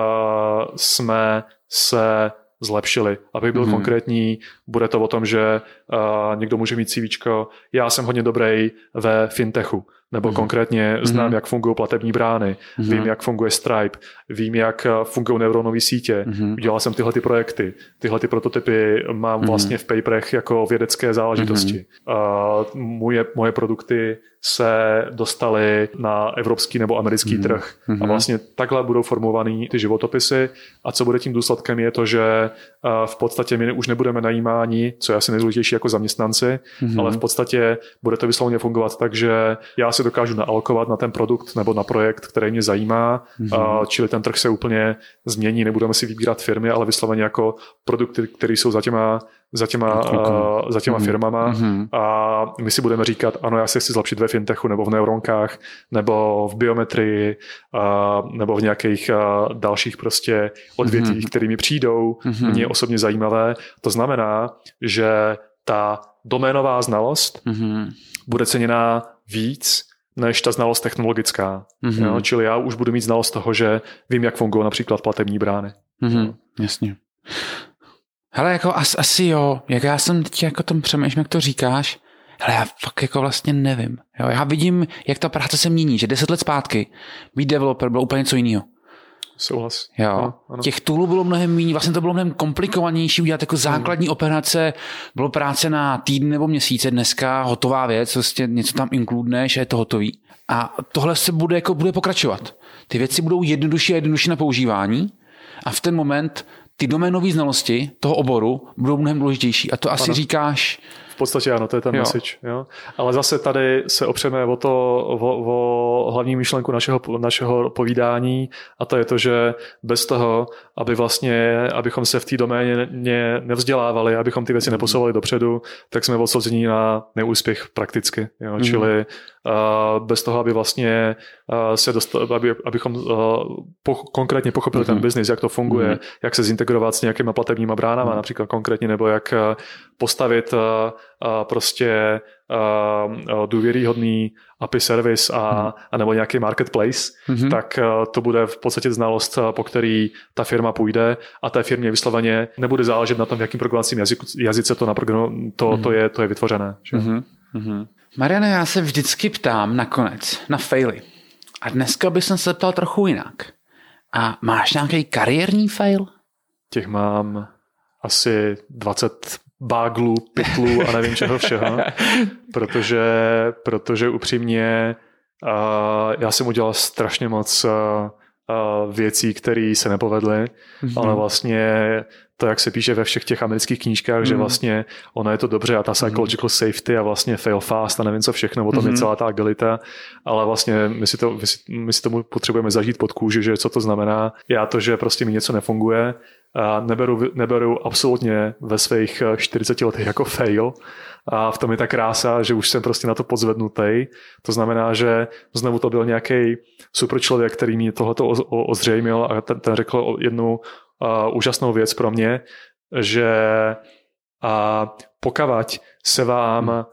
uh, jsme se zlepšili. Abych byl mm-hmm. konkrétní, bude to o tom, že uh, někdo může mít CVčko, já jsem hodně dobrý ve fintechu, nebo mm-hmm. konkrétně znám, mm-hmm. jak fungují platební brány, mm-hmm. vím, jak funguje Stripe, vím, jak fungují neuronové sítě, mm-hmm. udělal jsem tyhle ty projekty, tyhle ty prototypy mám mm-hmm. vlastně v paperech jako vědecké záležitosti. Mm-hmm. Uh, moje, moje produkty se dostaly na evropský nebo americký mm-hmm. trh a vlastně takhle budou formovaný ty životopisy a co bude tím důsledkem je to, že uh, v podstatě my už nebudeme najímáni, co je asi nejdůležitější jako zaměstnanci, mm-hmm. ale v podstatě bude to vysloveně fungovat tak, že já si dokážu naalokovat na ten produkt nebo na projekt, který mě zajímá, mm-hmm. uh, čili ten trh se úplně změní, nebudeme si vybírat firmy, ale vysloveně jako produkty, které jsou za těma, za těma, uh, za těma mm-hmm. firmama mm-hmm. a my si budeme říkat, ano, já se chci zlepšit ve fintechu nebo v neuronkách nebo v biometrii uh, nebo v nějakých uh, dalších prostě odvětvích, mm-hmm. které mi přijdou, mm-hmm. mě osobně zajímavé. To znamená, že ta doménová znalost mm-hmm. bude ceněná víc než ta znalost technologická. Mm-hmm. Jo? Čili já už budu mít znalost toho, že vím, jak fungují například platební brány. Mm-hmm. Jasně. Hele, jako as, asi jo, jak já jsem teď jako tom přemýšlím, jak to říkáš, hele, já fakt jako vlastně nevím. Jo? Já vidím, jak ta práce se mění, že deset let zpátky být developer bylo úplně něco jiného. Souhlas. Jo. Ano, ano. Těch toolů bylo mnohem méně, vlastně to bylo mnohem komplikovanější udělat jako základní hmm. operace, bylo práce na týdny nebo měsíce, dneska hotová věc, prostě něco tam inkludneš a je to hotový. A tohle se bude, jako, bude pokračovat. Ty věci budou jednodušší a jednodušší na používání a v ten moment ty doménové znalosti toho oboru budou mnohem důležitější. A to asi ano. říkáš... V podstatě ano, to je ten jo. message. Jo? Ale zase tady se opřeme o to, o, o hlavní myšlenku našeho, našeho povídání a to je to, že bez toho, aby vlastně, abychom se v té doméně ne, nevzdělávali, abychom ty věci neposouvali dopředu, tak jsme odsouzení na neúspěch prakticky. Jo? Mm. Čili uh, bez toho, aby vlastně uh, se dostali, aby, abychom uh, po, konkrétně pochopili mm. ten biznis, jak to funguje, mm. jak se zintegrovat s nějakýma platebníma bránama mm. například konkrétně, nebo jak uh, postavit uh, a prostě uh, důvěryhodný A P I service a, hmm. a nebo nějaký marketplace, hmm. tak uh, to bude v podstatě znalost, po který ta firma půjde a té firmě vysloveně nebude záležet na tom, v jakým programovacím jazyku, jazyce to, naprogram, to, hmm. to, je, to je vytvořené. Že? Hmm. Hmm. Mariane, já se vždycky ptám nakonec na faily. A dneska bych se ptal trochu jinak. A máš nějaký kariérní fail? Těch mám asi dvacet báglů, pytlů a nevím čeho všeho, protože, protože upřímně uh, já jsem udělal strašně moc uh, uh, věcí, které se nepovedly, mm-hmm. ale vlastně to, jak se píše ve všech těch amerických knížkách, mm-hmm. že vlastně ono je to dobře a ta psychological mm-hmm. safety a vlastně fail fast a nevím co všechno, o tom mm-hmm. je celá ta agilita, ale vlastně my si, to, my, si, my si tomu potřebujeme zažít pod kůži, že co to znamená. Já to, že prostě mi něco nefunguje, a neberu, neberu absolutně ve svých čtyřiceti letech jako fail a v tom je ta krása, že už jsem prostě na to podzvednutý. To znamená, že znovu to byl nějaký super člověk, který mi tohleto ozřejmil a ten, ten řekl jednu uh, úžasnou věc pro mě, že uh, pokavať se vám hmm.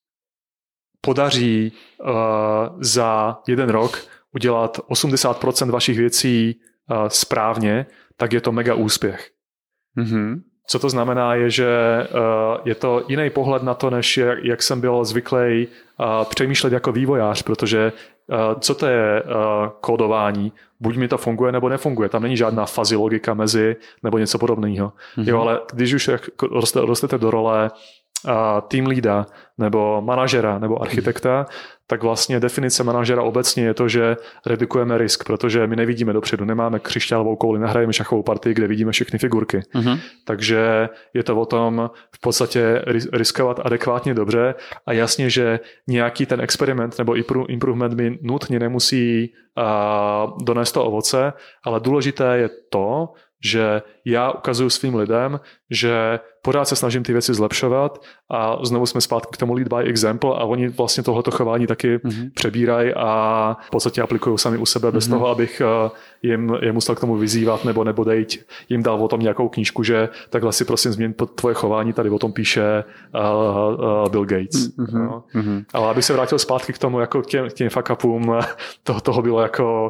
podaří uh, za jeden rok udělat osmdesát procent vašich věcí uh, správně, tak je to mega úspěch. Mm-hmm. Co to znamená je, že uh, je to jiný pohled na to, než jak, jak jsem byl zvyklý uh, přemýšlet jako vývojář, protože uh, co to je uh, kódování? Buď mi to funguje, nebo nefunguje. Tam není žádná fuzzy logika mezi, nebo něco podobného. Mm-hmm. Jo, ale když už roste, rostete do role uh, team leada, nebo manažera, nebo architekta, mm-hmm. tak vlastně definice manažera obecně je to, že redukujeme risk, protože my nevidíme dopředu, nemáme křišťálovou kouli, nehrajeme šachovou partii, kde vidíme všechny figurky. Uh-huh. Takže je to o tom v podstatě riskovat adekvátně dobře a jasně, že nějaký ten experiment nebo improvement mi nutně nemusí uh, donést to ovoce, ale důležité je to, že já ukazuju svým lidem, že pořád se snažím ty věci zlepšovat a znovu jsme zpátky k tomu lead by example a oni vlastně tohleto chování taky mm-hmm. přebírají a v podstatě aplikují sami u sebe bez mm-hmm. toho, abych jim, je musel k tomu vyzývat nebo nebo dejť jim dal o tom nějakou knížku, že takhle si prosím změň tvoje chování, tady o tom píše uh, uh, Bill Gates. Mm-hmm. No. Mm-hmm. Ale abych se vrátil zpátky k tomu, jako k těm, k těm fuck upům, toho, toho bylo jako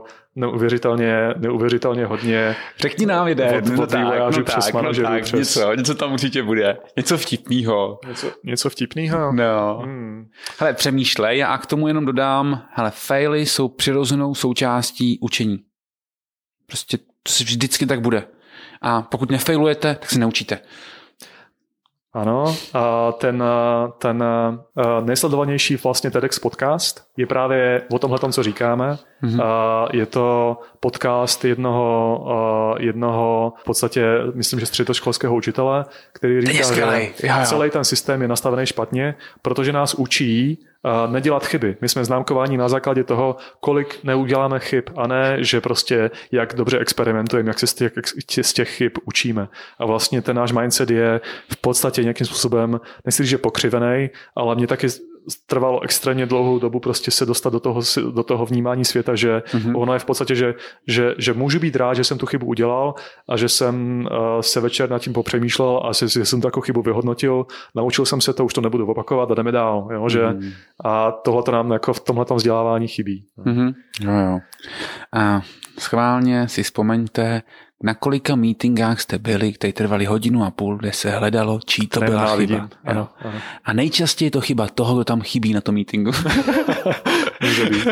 neuvěřitelně, neuvěřitelně hodně. Řekni nám jeden, no tak, no tak, no tak, něco, něco tam určitě bude. Něco vtipného. Něco, něco vtipného? No. Hmm. Hele, přemýšlej a k tomu jenom dodám, hele, faily jsou přirozenou součástí učení. Prostě to si vždycky tak bude. A pokud nefailujete, tak se naučíte. Ano, a ten, ten nejsledovanější vlastně TEDx podcast je právě o tomhletom, co říkáme. Mm-hmm. A je to podcast jednoho, jednoho v podstatě, myslím, že středoškolského učitele, který říká, že celý ten systém je nastavený špatně, protože nás učí nedělat chyby. My jsme známkováni na základě toho, kolik neuděláme chyb, a ne, že prostě jak dobře experimentujeme, jak se z těch, z těch chyb učíme. A vlastně ten náš mindset je v podstatě nějakým způsobem, nechci říct, že pokřivený, ale mě taky trvalo extrémně dlouhou dobu prostě se dostat do toho, do toho vnímání světa, že mm-hmm. ono je v podstatě, že, že, že můžu být rád, že jsem tu chybu udělal a že jsem uh, se večer nad tím popřemýšlel a že, že jsem tu jako chybu vyhodnotil, naučil jsem se to, už to nebudu opakovat a jdeme dál. Jo? Že, mm-hmm. A tohle to nám jako v tomhletom vzdělávání chybí. Mm-hmm. Jo, jo. A schválně si vzpomeňte, na kolika meetingách jste byli, které trvaly hodinu a půl, kde se hledalo, čí to byla chyba. Ano, ano. A nejčastěji je to chyba toho, kdo tam chybí na tom meetingu. Může být.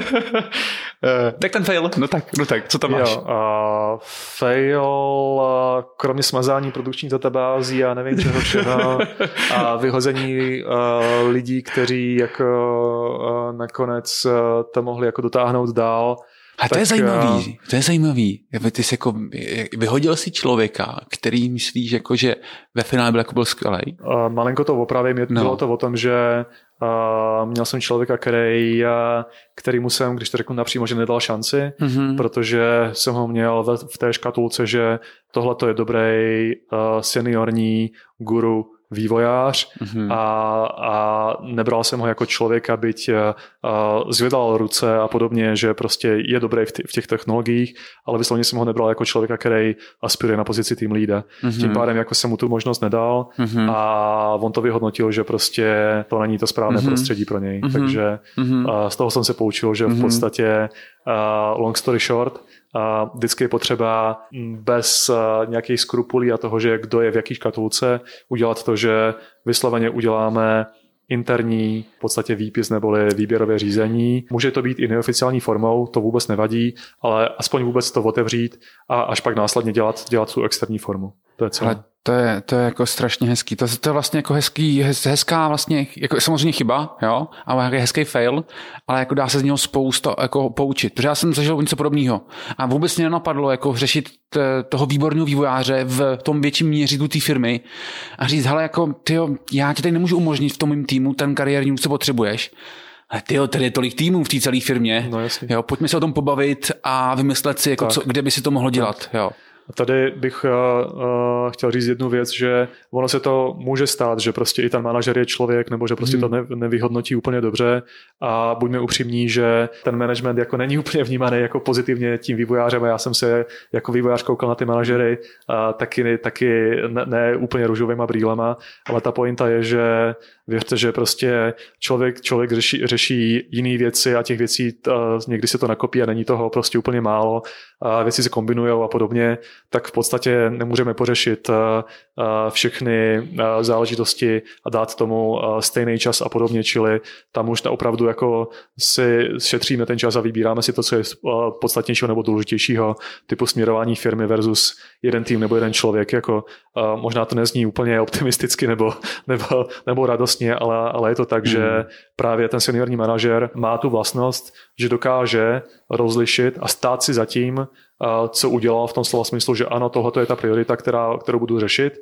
Tak ten fail, no tak, no tak, co tam máš? Jo, uh, fail, uh, kromě smazání produkčních databází a nevím čeho všeho a vyhození uh, lidí, kteří jako uh, nakonec uh, to mohli jako dotáhnout dál. A to je zajímavý, to je zajímavý. Ty jsi jako, vyhodil si člověka, který myslíš, jako, že ve finále byl, jako byl skvělej? Uh, malinko to opravím, je, no. Bylo to o tom, že uh, měl jsem člověka, který, uh, kterýmu jsem, když to řeknu napřímo, že nedal šanci, mm-hmm. protože jsem ho měl v, v té škatulce, že tohle to je dobrý uh, seniorní guru vývojář mm-hmm. a, a nebral jsem ho jako člověka, byť uh, zvedal ruce a podobně, že prostě je dobrý v, t- v těch technologiích, ale vyslovně jsem ho nebral jako člověka, který aspiruje na pozici team leada. Mm-hmm. Tím pádem jako jsem mu tu možnost nedal mm-hmm. a on to vyhodnotil, že prostě to není to správné mm-hmm. prostředí pro něj. Mm-hmm. Takže mm-hmm. Uh, z toho jsem se poučil, že mm-hmm. v podstatě uh, long story short, a vždycky je potřeba bez nějakých skrupulí a toho, že kdo je v jaký škatulce, udělat to, že vysloveně uděláme interní v podstatě výpis neboli výběrové řízení. Může to být i neoficiální formou, to vůbec nevadí, ale aspoň vůbec to otevřít a až pak následně dělat, dělat tu externí formu. To je celé. To je, to je jako strašně hezký. To, to je vlastně jako hezký, hez, hezká vlastně, jako samozřejmě chyba, jo, ale hezký fail, ale jako dá se z něho spousta jako poučit. Protože já jsem zažil něco podobného. A vůbec mě nenapadlo jako řešit t, toho výborného vývojáře v tom větším měřítku té firmy a říct, hele, jako, tyjo, já ti tady nemůžu umožnit v tom mým týmu ten kariérní, co potřebuješ. Ale tyjo, tady je tolik týmů v té celé firmě. No, jasně. Jo, pojďme se o tom pobavit a vymyslet si, jako, co, kde by si to mohlo dělat. Jo. A tady bych uh, uh, chtěl říct jednu věc, že ono se to může stát, že prostě i ten manažer je člověk, nebo že prostě hmm. to ne, nevyhodnotí úplně dobře a buďme upřímní, že ten management jako není úplně vnímaný jako pozitivně tím vývojářem a já jsem se jako vývojář koukal na ty manažery a taky, taky ne, ne úplně růžovýma brýlema, ale ta pointa je, že věřte, že prostě člověk, člověk řeší, řeší jiné věci a těch věcí uh, někdy se to nakopí a není toho prostě úplně málo a věci se kombinujou a podobně, tak v podstatě nemůžeme pořešit uh, uh, všechny uh, záležitosti a dát tomu uh, stejný čas a podobně, čili tam už opravdu jako si šetříme ten čas a vybíráme si to, co je uh, podstatnějšího nebo důležitějšího, typu směrování firmy versus jeden tým nebo jeden člověk, jako uh, možná to nezní úplně optimisticky nebo, nebo, nebo radostně, ale, ale je to tak, mm. že právě ten seniorní manažer má tu vlastnost, že dokáže rozlišit a stát si za tím, co udělal v tom slova smyslu, že ano, tohle je ta priorita, která, kterou budu řešit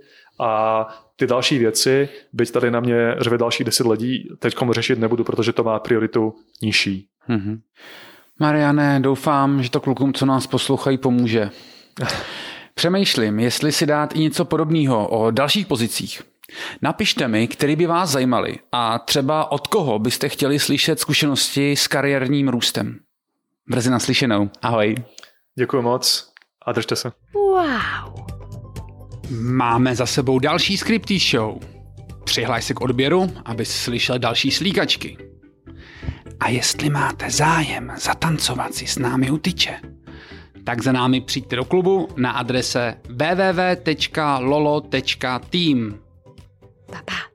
a ty další věci, byť tady na mě řve další deset lidí, teďkom řešit nebudu, protože to má prioritu nižší. Mm-hmm. Mariane, doufám, že to klukům, co nás poslouchají, pomůže. Přemýšlím, jestli si dát i něco podobného o dalších pozicích. Napište mi, který by vás zajímali a třeba od koho byste chtěli slyšet zkušenosti s kariérním růstem. Brzy naslyšenou. Ahoj. Děkuji moc a držte se. Wow. Máme za sebou další Scripty Show. Přihlaš se k odběru, abys slyšel další slíkačky. A jestli máte zájem zatancovat si s námi u tyče, tak za námi přijďte do klubu na adrese w w w tečka lolo tečka team. Pa, pa.